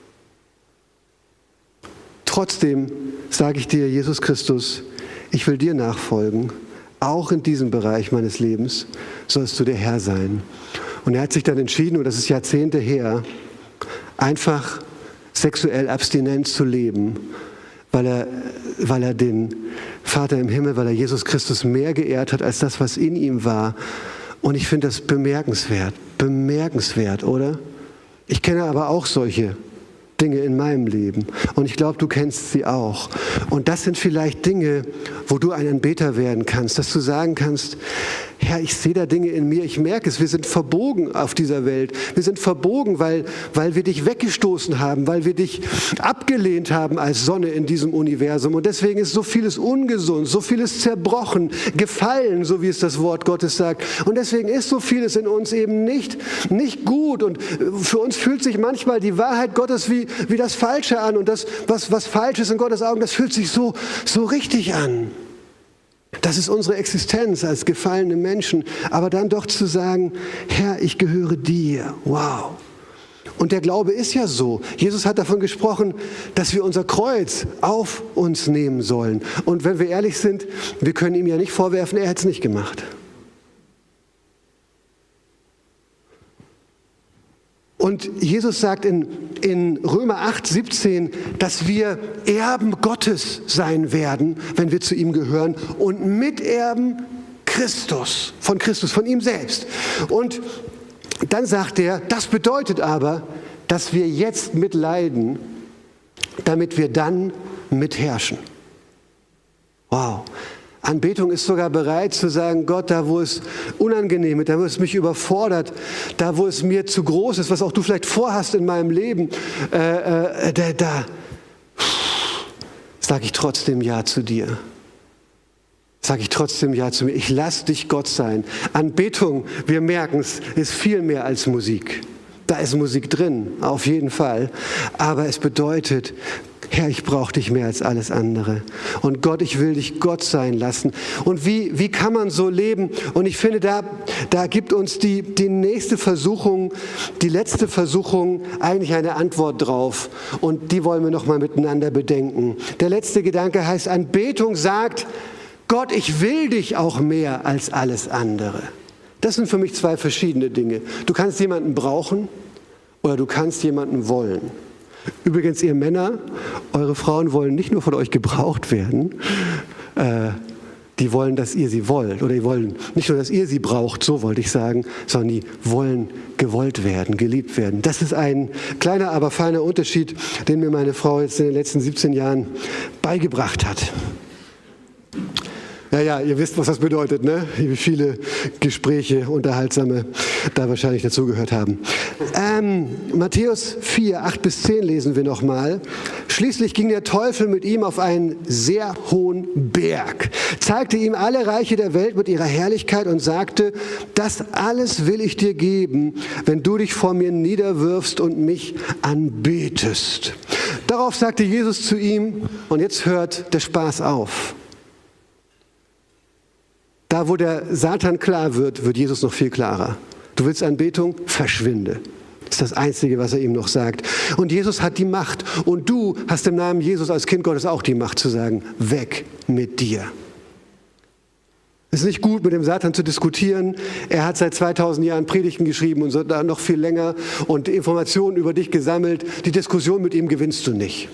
Trotzdem sage ich dir, Jesus Christus, ich will dir nachfolgen. Auch in diesem Bereich meines Lebens sollst du der Herr sein. Und er hat sich dann entschieden, und das ist Jahrzehnte her, einfach sexuell abstinent zu leben, weil er den Vater im Himmel, weil er Jesus Christus mehr geehrt hat als das, was in ihm war. Und ich finde das bemerkenswert, oder? Ich kenne aber auch solche Dinge in meinem Leben. Und ich glaube, du kennst sie auch. Und das sind vielleicht Dinge, wo du ein Anbeter werden kannst, dass du sagen kannst, Herr, ich sehe da Dinge in mir, ich merke es, wir sind verbogen auf dieser Welt. Wir sind verbogen, weil wir dich weggestoßen haben, weil wir dich abgelehnt haben als Sonne in diesem Universum. Und deswegen ist so vieles ungesund, so vieles zerbrochen, gefallen, so wie es das Wort Gottes sagt. Und deswegen ist so vieles in uns eben nicht gut. Und für uns fühlt sich manchmal die Wahrheit Gottes wie das Falsche an. Und das, was falsch ist in Gottes Augen, das fühlt sich so richtig an. Das ist unsere Existenz als gefallene Menschen. Aber dann doch zu sagen, Herr, ich gehöre dir. Wow. Und der Glaube ist ja so. Jesus hat davon gesprochen, dass wir unser Kreuz auf uns nehmen sollen. Und wenn wir ehrlich sind, wir können ihm ja nicht vorwerfen, er hat es nicht gemacht. Und Jesus sagt in Römer 8,17, dass wir Erben Gottes sein werden, wenn wir zu ihm gehören, und Miterben von ihm selbst. Und dann sagt er, das bedeutet aber, dass wir jetzt mitleiden, damit wir dann mitherrschen. Wow. Anbetung ist sogar bereit zu sagen, Gott, da wo es unangenehm ist, da wo es mich überfordert, da wo es mir zu groß ist, was auch du vielleicht vorhast in meinem Leben, da sage ich trotzdem Ja zu dir. Sage ich trotzdem Ja zu mir. Ich lasse dich Gott sein. Anbetung, wir merken es, ist viel mehr als Musik. Da ist Musik drin, auf jeden Fall. Aber es bedeutet, Herr, ich brauche dich mehr als alles andere. Und Gott, ich will dich Gott sein lassen. Und wie kann man so leben? Und ich finde, da gibt uns die nächste Versuchung, die letzte Versuchung eigentlich eine Antwort drauf. Und die wollen wir noch mal miteinander bedenken. Der letzte Gedanke heißt, Anbetung sagt, Gott, ich will dich auch mehr als alles andere. Das sind für mich zwei verschiedene Dinge. Du kannst jemanden brauchen oder du kannst jemanden wollen. Übrigens, ihr Männer, eure Frauen wollen nicht nur von euch gebraucht werden, die wollen, dass ihr sie wollt. Oder die wollen nicht nur, dass ihr sie braucht, so wollte ich sagen, sondern die wollen gewollt werden, geliebt werden. Das ist ein kleiner, aber feiner Unterschied, den mir meine Frau jetzt in den letzten 17 Jahren beigebracht hat. Ja, ihr wisst, was das bedeutet, ne? Wie viele Gespräche, unterhaltsame, da wahrscheinlich dazugehört haben. Matthäus 4, 8-10 lesen wir nochmal. Schließlich ging der Teufel mit ihm auf einen sehr hohen Berg, zeigte ihm alle Reiche der Welt mit ihrer Herrlichkeit und sagte, das alles will ich dir geben, wenn du dich vor mir niederwirfst und mich anbetest. Darauf sagte Jesus zu ihm, und jetzt hört der Spaß auf. Da, wo der Satan klar wird, wird Jesus noch viel klarer. Du willst Anbetung? Verschwinde. Das ist das Einzige, was er ihm noch sagt. Und Jesus hat die Macht. Und du hast im Namen Jesus als Kind Gottes auch die Macht zu sagen, weg mit dir. Es ist nicht gut, mit dem Satan zu diskutieren. Er hat seit 2000 Jahren Predigten geschrieben und so noch viel länger und Informationen über dich gesammelt. Die Diskussion mit ihm gewinnst du nicht.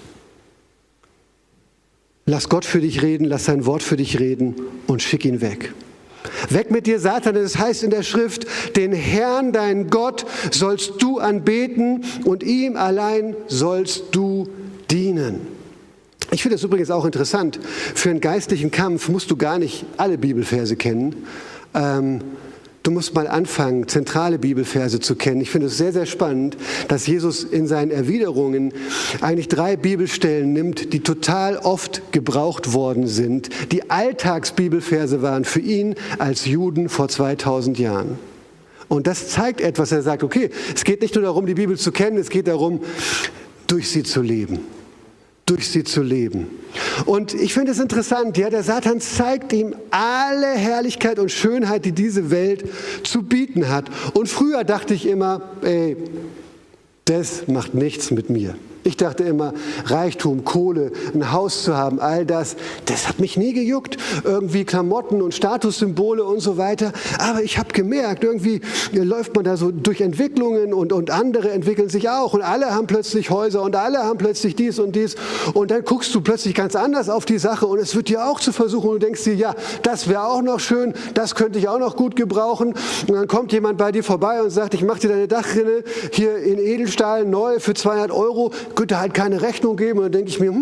Lass Gott für dich reden, lass sein Wort für dich reden und schick ihn weg. Weg mit dir, Satan, das heißt in der Schrift, den Herrn, deinen Gott, sollst du anbeten und ihm allein sollst du dienen. Ich finde es übrigens auch interessant, für einen geistlichen Kampf musst du gar nicht alle Bibelverse kennen. Du musst mal anfangen, zentrale Bibelverse zu kennen. Ich finde es sehr, sehr spannend, dass Jesus in seinen Erwiderungen eigentlich 3 Bibelstellen nimmt, die total oft gebraucht worden sind, die Alltagsbibelverse waren für ihn als Juden vor 2000 Jahren. Und das zeigt etwas. Er sagt, okay, es geht nicht nur darum, die Bibel zu kennen, es geht darum, durch sie zu leben. Durch sie zu leben. Und ich finde es interessant, ja, der Satan zeigt ihm alle Herrlichkeit und Schönheit, die diese Welt zu bieten hat. Und früher dachte ich immer, ey, das macht nichts mit mir. Ich dachte immer, Reichtum, Kohle, ein Haus zu haben, all das, das hat mich nie gejuckt. Irgendwie Klamotten und Statussymbole und so weiter. Aber ich habe gemerkt, irgendwie läuft man da so durch Entwicklungen und andere entwickeln sich auch. Und alle haben plötzlich Häuser und alle haben plötzlich dies und dies. Und dann guckst du plötzlich ganz anders auf die Sache und es wird dir auch zu versuchen. Und du denkst dir, ja, das wäre auch noch schön, das könnte ich auch noch gut gebrauchen. Und dann kommt jemand bei dir vorbei und sagt, ich mache dir deine Dachrinne hier in Edelstahl neu für 200 €. Könnte halt keine Rechnung geben. Und dann denke ich mir,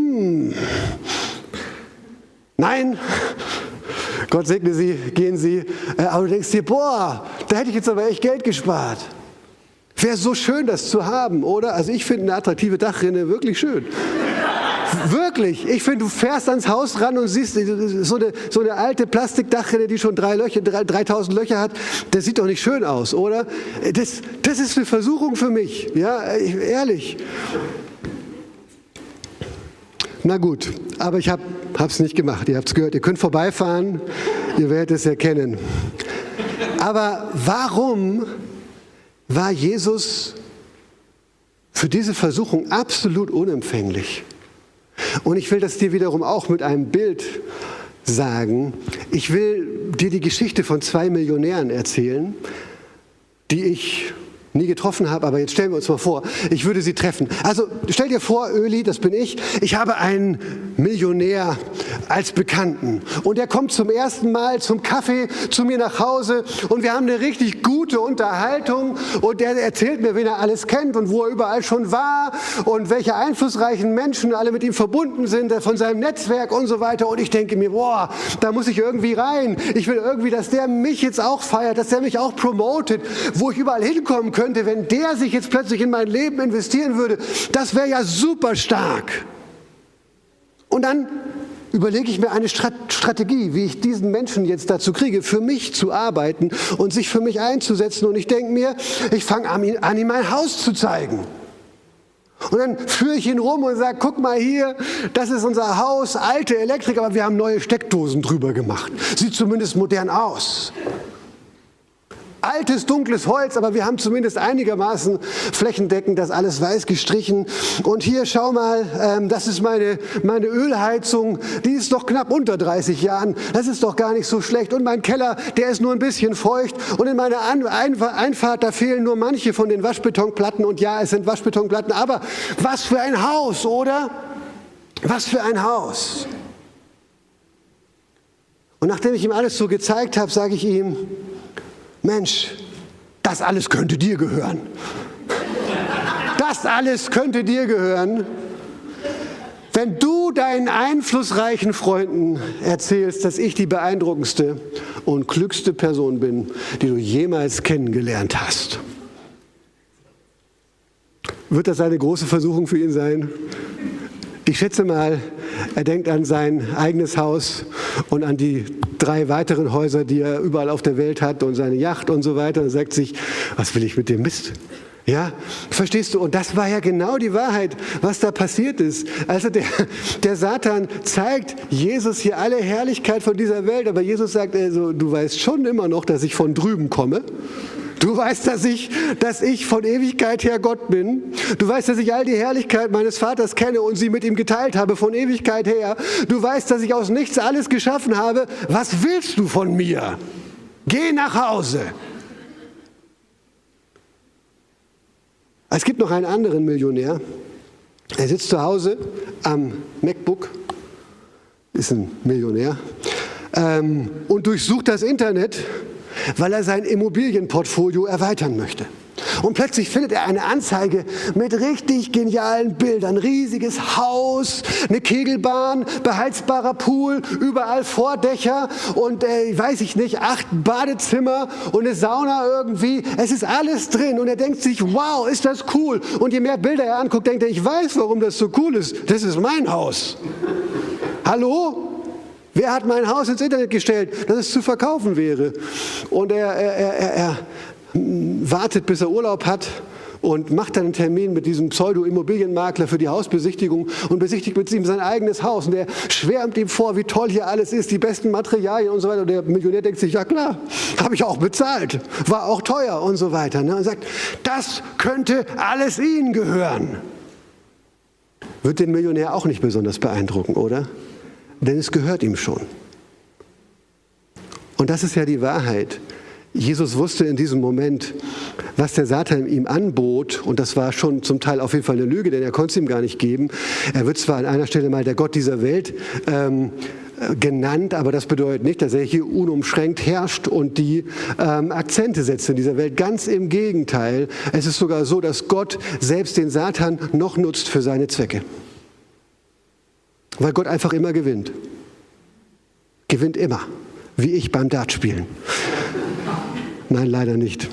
nein, Gott segne Sie, gehen Sie. Aber du denkst dir, boah, da hätte ich jetzt aber echt Geld gespart. Wäre so schön, das zu haben, oder? Also ich finde eine attraktive Dachrinne wirklich schön. Wirklich. Ich finde, du fährst ans Haus ran und siehst so eine alte Plastikdachrinne, die schon 3000 Löcher hat. Das sieht doch nicht schön aus, oder? Das ist eine Versuchung für mich. Ja, ehrlich. Na gut, aber ich hab's nicht gemacht. Ihr habt's gehört. Ihr könnt vorbeifahren. Ihr werdet es erkennen. Aber warum war Jesus für diese Versuchung absolut unempfänglich? Und ich will das dir wiederum auch mit einem Bild sagen. Ich will dir die Geschichte von 2 Millionären erzählen, die ich nie getroffen habe, aber jetzt stellen wir uns mal vor, ich würde sie treffen. Also stell dir vor, Öli, das bin ich habe einen Millionär als Bekannten und der kommt zum ersten Mal zum Kaffee zu mir nach Hause und wir haben eine richtig gute Unterhaltung und der erzählt mir, wen er alles kennt und wo er überall schon war und welche einflussreichen Menschen alle mit ihm verbunden sind, von seinem Netzwerk und so weiter und ich denke mir, boah, da muss ich irgendwie rein. Ich will irgendwie, dass der mich jetzt auch feiert, dass der mich auch promotet, wo ich überall hinkommen könnte, wenn der sich jetzt plötzlich in mein Leben investieren würde, das wäre ja super stark. Und dann überlege ich mir eine Strategie, wie ich diesen Menschen jetzt dazu kriege, für mich zu arbeiten und sich für mich einzusetzen. Und ich denke mir, ich fange an, ihm mein Haus zu zeigen. Und dann führe ich ihn rum und sage, guck mal hier, das ist unser Haus, alte Elektrik, aber wir haben neue Steckdosen drüber gemacht. Sieht zumindest modern aus. Altes, dunkles Holz, aber wir haben zumindest einigermaßen flächendeckend das alles weiß gestrichen. Und hier, schau mal, das ist meine Ölheizung, die ist doch knapp unter 30 Jahren. Das ist doch gar nicht so schlecht. Und mein Keller, der ist nur ein bisschen feucht. Und in meiner Einfahrt, da fehlen nur manche von den Waschbetonplatten. Und ja, es sind Waschbetonplatten, aber was für ein Haus, oder? Was für ein Haus. Und nachdem ich ihm alles so gezeigt habe, sage ich ihm, Mensch, das alles könnte dir gehören. Das alles könnte dir gehören, wenn du deinen einflussreichen Freunden erzählst, dass ich die beeindruckendste und klügste Person bin, die du jemals kennengelernt hast. Wird das eine große Versuchung für ihn sein? Ich schätze mal, er denkt an sein eigenes Haus und an die 3 weiteren Häuser, die er überall auf der Welt hat und seine Yacht und so weiter und sagt sich, was will ich mit dem Mist? Ja, verstehst du? Und das war ja genau die Wahrheit, was da passiert ist. Also der Satan zeigt Jesus hier alle Herrlichkeit von dieser Welt, aber Jesus sagt, also, du weißt schon immer noch, dass ich von drüben komme. Du weißt, dass ich von Ewigkeit her Gott bin. Du weißt, dass ich all die Herrlichkeit meines Vaters kenne und sie mit ihm geteilt habe von Ewigkeit her. Du weißt, dass ich aus nichts alles geschaffen habe. Was willst du von mir? Geh nach Hause. Es gibt noch einen anderen Millionär. Er sitzt zu Hause am MacBook, ist ein Millionär, und durchsucht das Internet, weil er sein Immobilienportfolio erweitern möchte. Und plötzlich findet er eine Anzeige mit richtig genialen Bildern. Riesiges Haus, eine Kegelbahn, beheizbarer Pool, überall Vordächer und, weiß ich nicht, 8 Badezimmer und eine Sauna irgendwie. Es ist alles drin und er denkt sich, wow, ist das cool. Und je mehr Bilder er anguckt, denkt er, ich weiß, warum das so cool ist. Das ist mein Haus. Hallo? Wer hat mein Haus ins Internet gestellt, dass es zu verkaufen wäre? Und er wartet, bis er Urlaub hat und macht dann einen Termin mit diesem Pseudo-Immobilienmakler für die Hausbesichtigung und besichtigt mit ihm sein eigenes Haus. Und er schwärmt ihm vor, wie toll hier alles ist, die besten Materialien und so weiter. Und der Millionär denkt sich, ja klar, habe ich auch bezahlt, war auch teuer und so weiter. Und sagt, das könnte alles Ihnen gehören. Wird den Millionär auch nicht besonders beeindrucken, oder? Denn es gehört ihm schon. Und das ist ja die Wahrheit. Jesus wusste in diesem Moment, was der Satan ihm anbot, und das war schon zum Teil auf jeden Fall eine Lüge, denn er konnte es ihm gar nicht geben. Er wird zwar an einer Stelle mal der Gott dieser Welt genannt, aber das bedeutet nicht, dass er hier unumschränkt herrscht und die Akzente setzt in dieser Welt. Ganz im Gegenteil. Es ist sogar so, dass Gott selbst den Satan noch nutzt für seine Zwecke. Weil Gott einfach immer gewinnt. Gewinnt immer. Wie ich beim Dartspielen. Nein, leider nicht.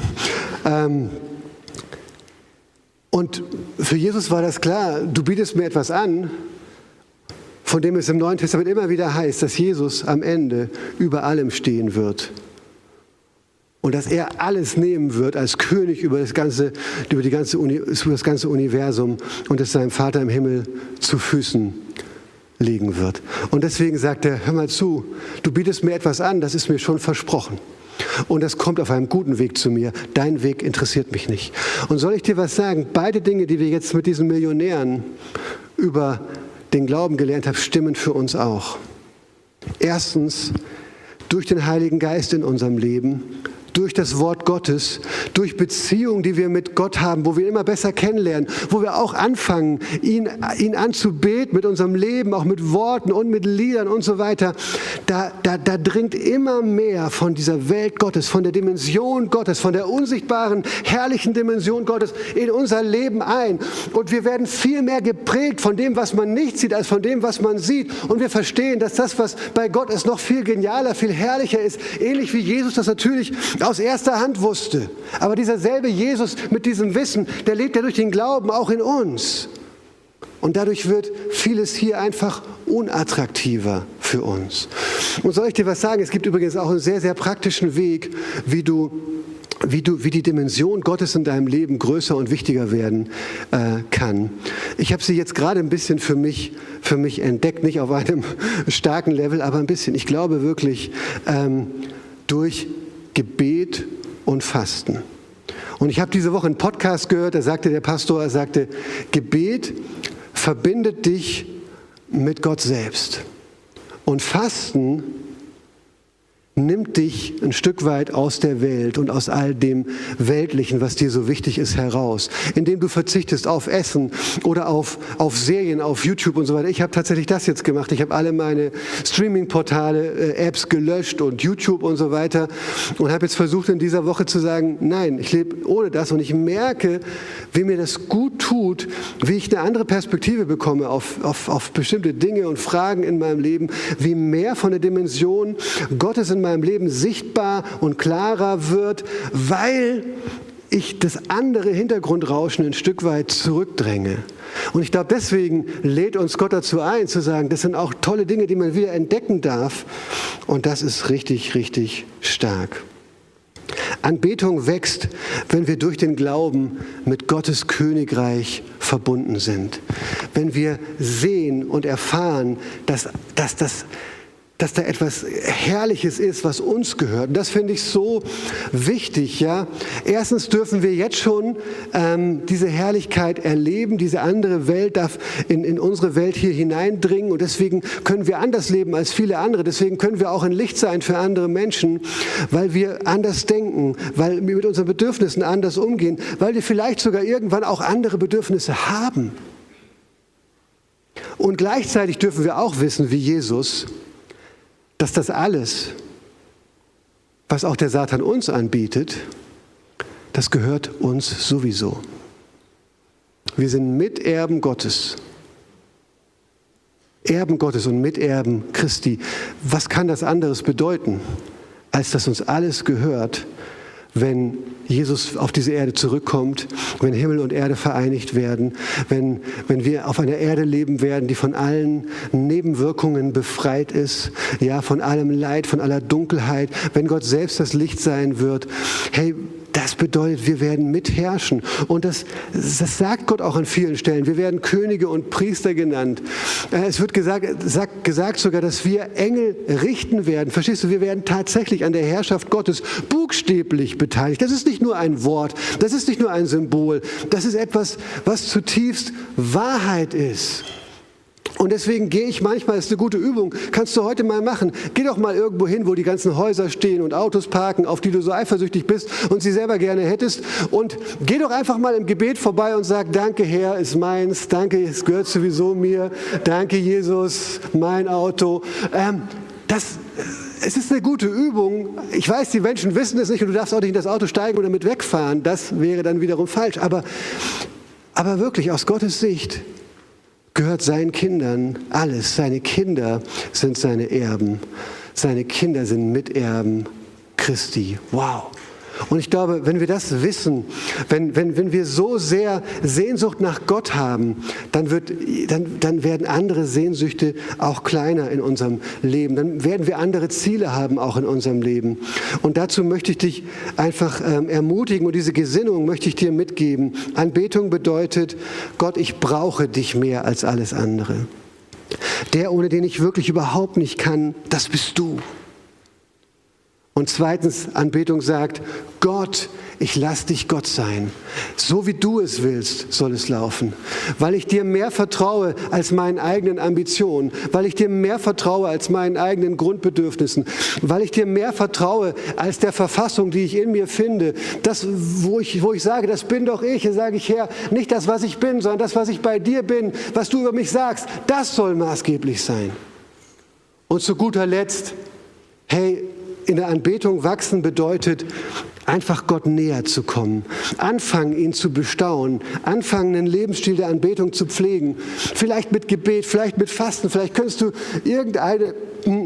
Und für Jesus war das klar, du bietest mir etwas an, von dem es im Neuen Testament immer wieder heißt, dass Jesus am Ende über allem stehen wird. Und dass er alles nehmen wird als König über das ganze Universum und es seinem Vater im Himmel zu Füßen legen wird. Und deswegen sagt er, hör mal zu, du bietest mir etwas an, das ist mir schon versprochen. Und das kommt auf einem guten Weg zu mir. Dein Weg interessiert mich nicht. Und soll ich dir was sagen? Beide Dinge, die wir jetzt mit diesen Millionären über den Glauben gelernt haben, stimmen für uns auch. Erstens, durch den Heiligen Geist in unserem Leben, durch das Wort Gottes, durch Beziehungen, die wir mit Gott haben, wo wir immer besser kennenlernen, wo wir auch anfangen, ihn anzubeten mit unserem Leben, auch mit Worten und mit Liedern und so weiter. Da dringt immer mehr von dieser Welt Gottes, von der Dimension Gottes, von der unsichtbaren, herrlichen Dimension Gottes in unser Leben ein. Und wir werden viel mehr geprägt von dem, was man nicht sieht, als von dem, was man sieht. Und wir verstehen, dass das, was bei Gott ist, noch viel genialer, viel herrlicher ist. Ähnlich wie Jesus das natürlich aus erster Hand wusste. Aber dieser selbe Jesus mit diesem Wissen, der lebt ja durch den Glauben auch in uns. Und dadurch wird vieles hier einfach unattraktiver für uns. Und soll ich dir was sagen? Es gibt übrigens auch einen sehr, sehr praktischen Weg, wie die Dimension Gottes in deinem Leben größer und wichtiger werden kann. Ich habe sie jetzt gerade ein bisschen für mich entdeckt, nicht auf einem starken Level, aber ein bisschen. Ich glaube wirklich, durch Gebet und Fasten. Und ich habe diese Woche einen Podcast gehört, da sagte der Pastor, Gebet verbindet dich mit Gott selbst. Und Fasten nimmt dich ein Stück weit aus der Welt und aus all dem Weltlichen, was dir so wichtig ist, heraus. Indem du verzichtest auf Essen oder auf Serien, auf YouTube und so weiter. Ich habe tatsächlich das jetzt gemacht. Ich habe alle meine Streaming-Portale, Apps gelöscht und YouTube und so weiter und habe jetzt versucht, in dieser Woche zu sagen, nein, ich lebe ohne das und ich merke, wie mir das gut tut, wie ich eine andere Perspektive bekomme auf bestimmte Dinge und Fragen in meinem Leben, wie mehr von der Dimension Gottes in meinem Leben sichtbar und klarer wird, weil ich das andere Hintergrundrauschen ein Stück weit zurückdränge. Und ich glaube, deswegen lädt uns Gott dazu ein, zu sagen, das sind auch tolle Dinge, die man wieder entdecken darf. Und das ist richtig, richtig stark. Anbetung wächst, wenn wir durch den Glauben mit Gottes Königreich verbunden sind. Wenn wir sehen und erfahren, dass da etwas Herrliches ist, was uns gehört. Und das finde ich so wichtig. Ja? Erstens dürfen wir jetzt schon diese Herrlichkeit erleben. Diese andere Welt darf in unsere Welt hier hineindringen. Und deswegen können wir anders leben als viele andere. Deswegen können wir auch ein Licht sein für andere Menschen, weil wir anders denken, weil wir mit unseren Bedürfnissen anders umgehen, weil wir vielleicht sogar irgendwann auch andere Bedürfnisse haben. Und gleichzeitig dürfen wir auch wissen, wie Jesus, dass das alles, was auch der Satan uns anbietet, das gehört uns sowieso. Wir sind Miterben Gottes. Erben Gottes und Miterben Christi. Was kann das anderes bedeuten, als dass uns alles gehört, wenn Jesus auf diese Erde zurückkommt, wenn Himmel und Erde vereinigt werden, wenn wir auf einer Erde leben werden, die von allen Nebenwirkungen befreit ist, ja, von allem Leid, von aller Dunkelheit, wenn Gott selbst das Licht sein wird. Hey, das bedeutet, wir werden mitherrschen. Und das sagt Gott auch an vielen Stellen. Wir werden Könige und Priester genannt. Es wird gesagt sogar, dass wir Engel richten werden. Verstehst du? Wir werden tatsächlich an der Herrschaft Gottes buchstäblich beteiligt. Das ist nicht nur ein Wort, das ist nicht nur ein Symbol. Das ist etwas, was zutiefst Wahrheit ist. Und deswegen gehe ich manchmal, das ist eine gute Übung, kannst du heute mal machen. Geh doch mal irgendwo hin, wo die ganzen Häuser stehen und Autos parken, auf die du so eifersüchtig bist und sie selber gerne hättest. Und geh doch einfach mal im Gebet vorbei und sag, danke Herr, ist meins, danke, es gehört sowieso mir, danke Jesus, mein Auto. Es ist eine gute Übung. Ich weiß, die Menschen wissen es nicht und du darfst auch nicht in das Auto steigen oder mit wegfahren. Das wäre dann wiederum falsch. Aber wirklich aus Gottes Sicht gehört seinen Kindern alles. Seine Kinder sind seine Erben. Seine Kinder sind Miterben Christi. Wow. Und ich glaube, wenn wir das wissen, wenn wir so sehr Sehnsucht nach Gott haben, dann werden andere Sehnsüchte auch kleiner in unserem Leben. Dann werden wir andere Ziele haben auch in unserem Leben. Und dazu möchte ich dich einfach ermutigen und diese Gesinnung möchte ich dir mitgeben. Anbetung bedeutet, Gott, ich brauche dich mehr als alles andere. Der, ohne den ich wirklich überhaupt nicht kann, das bist du. Und zweitens, Anbetung sagt, Gott, ich lass dich Gott sein. So wie du es willst, soll es laufen. Weil ich dir mehr vertraue als meinen eigenen Ambitionen. Weil ich dir mehr vertraue als meinen eigenen Grundbedürfnissen. Weil ich dir mehr vertraue als der Verfassung, die ich in mir finde. Das, wo ich sage, das bin doch ich. Da sage ich, Herr, nicht das, was ich bin, sondern das, was ich bei dir bin, was du über mich sagst, das soll maßgeblich sein. Und zu guter Letzt, hey, in der Anbetung wachsen bedeutet, einfach Gott näher zu kommen. Anfangen, ihn zu bestaunen. Anfangen, einen Lebensstil der Anbetung zu pflegen. Vielleicht mit Gebet, vielleicht mit Fasten. Vielleicht könntest du irgendeine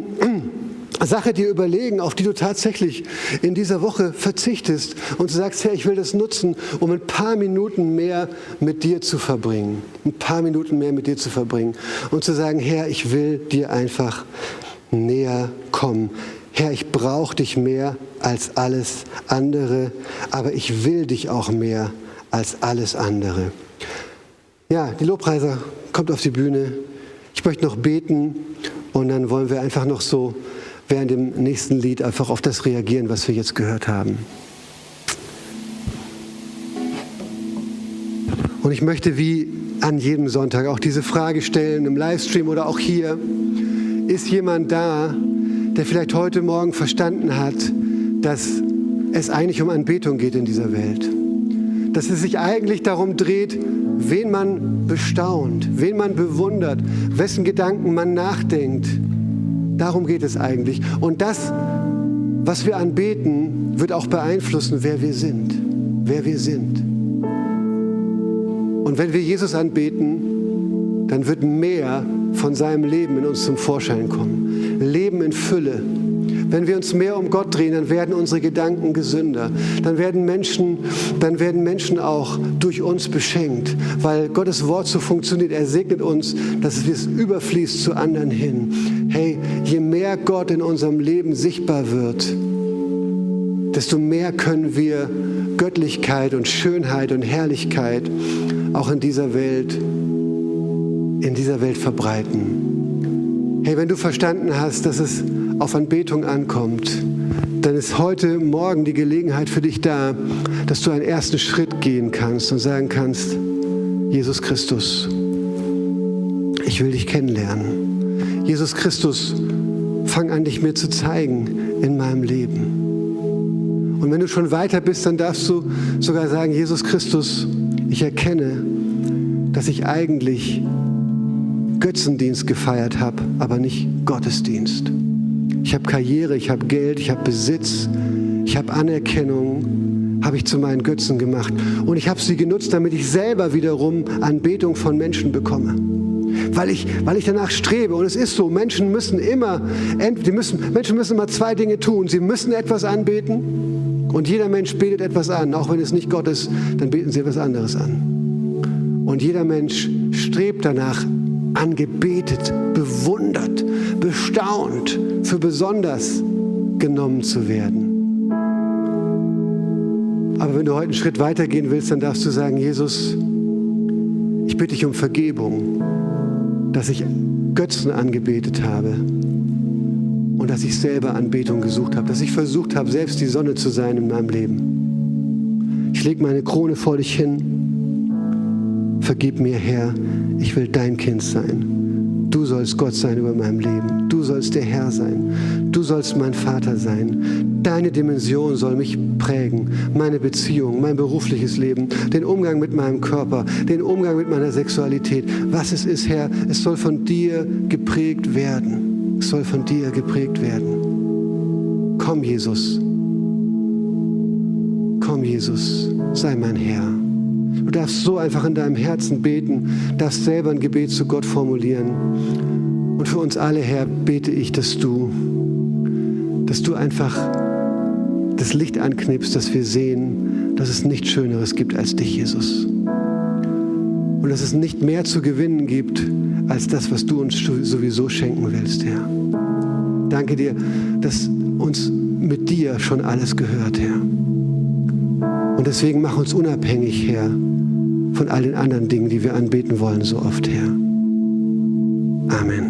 Sache dir überlegen, auf die du tatsächlich in dieser Woche verzichtest. Und du sagst, Herr, ich will das nutzen, um ein paar Minuten mehr mit dir zu verbringen. Ein paar Minuten mehr mit dir zu verbringen. Und zu sagen, Herr, ich will dir einfach näher kommen. Herr, ich brauche dich mehr als alles andere, aber ich will dich auch mehr als alles andere. Ja, die Lobpreiser kommt auf die Bühne. Ich möchte noch beten und dann wollen wir einfach noch so während dem nächsten Lied einfach auf das reagieren, was wir jetzt gehört haben. Und ich möchte wie an jedem Sonntag auch diese Frage stellen, im Livestream oder auch hier. Ist jemand da, der vielleicht heute Morgen verstanden hat, dass es eigentlich um Anbetung geht in dieser Welt. Dass es sich eigentlich darum dreht, wen man bestaunt, wen man bewundert, wessen Gedanken man nachdenkt. Darum geht es eigentlich. Und das, was wir anbeten, wird auch beeinflussen, wer wir sind. Wer wir sind. Und wenn wir Jesus anbeten, dann wird mehr von seinem Leben in uns zum Vorschein kommen. Leben in Fülle. Wenn wir uns mehr um Gott drehen, dann werden unsere Gedanken gesünder. Dann werden Menschen auch durch uns beschenkt, weil Gottes Wort so funktioniert. Er segnet uns, dass es überfließt zu anderen hin. Hey, je mehr Gott in unserem Leben sichtbar wird, desto mehr können wir Göttlichkeit und Schönheit und Herrlichkeit auch in dieser Welt verbreiten. Hey, wenn du verstanden hast, dass es auf Anbetung ankommt, dann ist heute Morgen die Gelegenheit für dich da, dass du einen ersten Schritt gehen kannst und sagen kannst, Jesus Christus, ich will dich kennenlernen. Jesus Christus, fang an, dich mir zu zeigen in meinem Leben. Und wenn du schon weiter bist, dann darfst du sogar sagen, Jesus Christus, ich erkenne, dass ich eigentlich Götzendienst gefeiert habe, aber nicht Gottesdienst. Ich habe Karriere, ich habe Geld, ich habe Besitz, ich habe Anerkennung, habe ich zu meinen Götzen gemacht. Und ich habe sie genutzt, damit ich selber wiederum Anbetung von Menschen bekomme. Weil ich danach strebe. Und es ist so, Menschen müssen immer zwei Dinge tun. Sie müssen etwas anbeten und jeder Mensch betet etwas an. Auch wenn es nicht Gott ist, dann beten sie etwas anderes an. Und jeder Mensch strebt danach, angebetet, bewundert, bestaunt, für besonders genommen zu werden. Aber wenn du heute einen Schritt weitergehen willst, dann darfst du sagen, Jesus, ich bitte dich um Vergebung, dass ich Götzen angebetet habe und dass ich selber Anbetung gesucht habe, dass ich versucht habe, selbst die Sonne zu sein in meinem Leben. Ich lege meine Krone vor dich hin. Vergib mir, Herr, ich will dein Kind sein. Du sollst Gott sein über meinem Leben. Du sollst der Herr sein. Du sollst mein Vater sein. Deine Dimension soll mich prägen. Meine Beziehung, mein berufliches Leben, den Umgang mit meinem Körper, den Umgang mit meiner Sexualität. Was es ist, Herr, es soll von dir geprägt werden. Es soll von dir geprägt werden. Komm, Jesus. Komm, Jesus. Sei mein Herr. Du darfst so einfach in deinem Herzen beten, darfst selber ein Gebet zu Gott formulieren. Und für uns alle, Herr, bete ich, dass du einfach das Licht anknipst, dass wir sehen, dass es nichts Schöneres gibt als dich, Jesus. Und dass es nicht mehr zu gewinnen gibt, als das, was du uns sowieso schenken willst, Herr. Danke dir, dass uns mit dir schon alles gehört, Herr. Und deswegen mach uns unabhängig, Herr, von all den anderen Dingen, die wir anbeten wollen, so oft, Herr. Amen.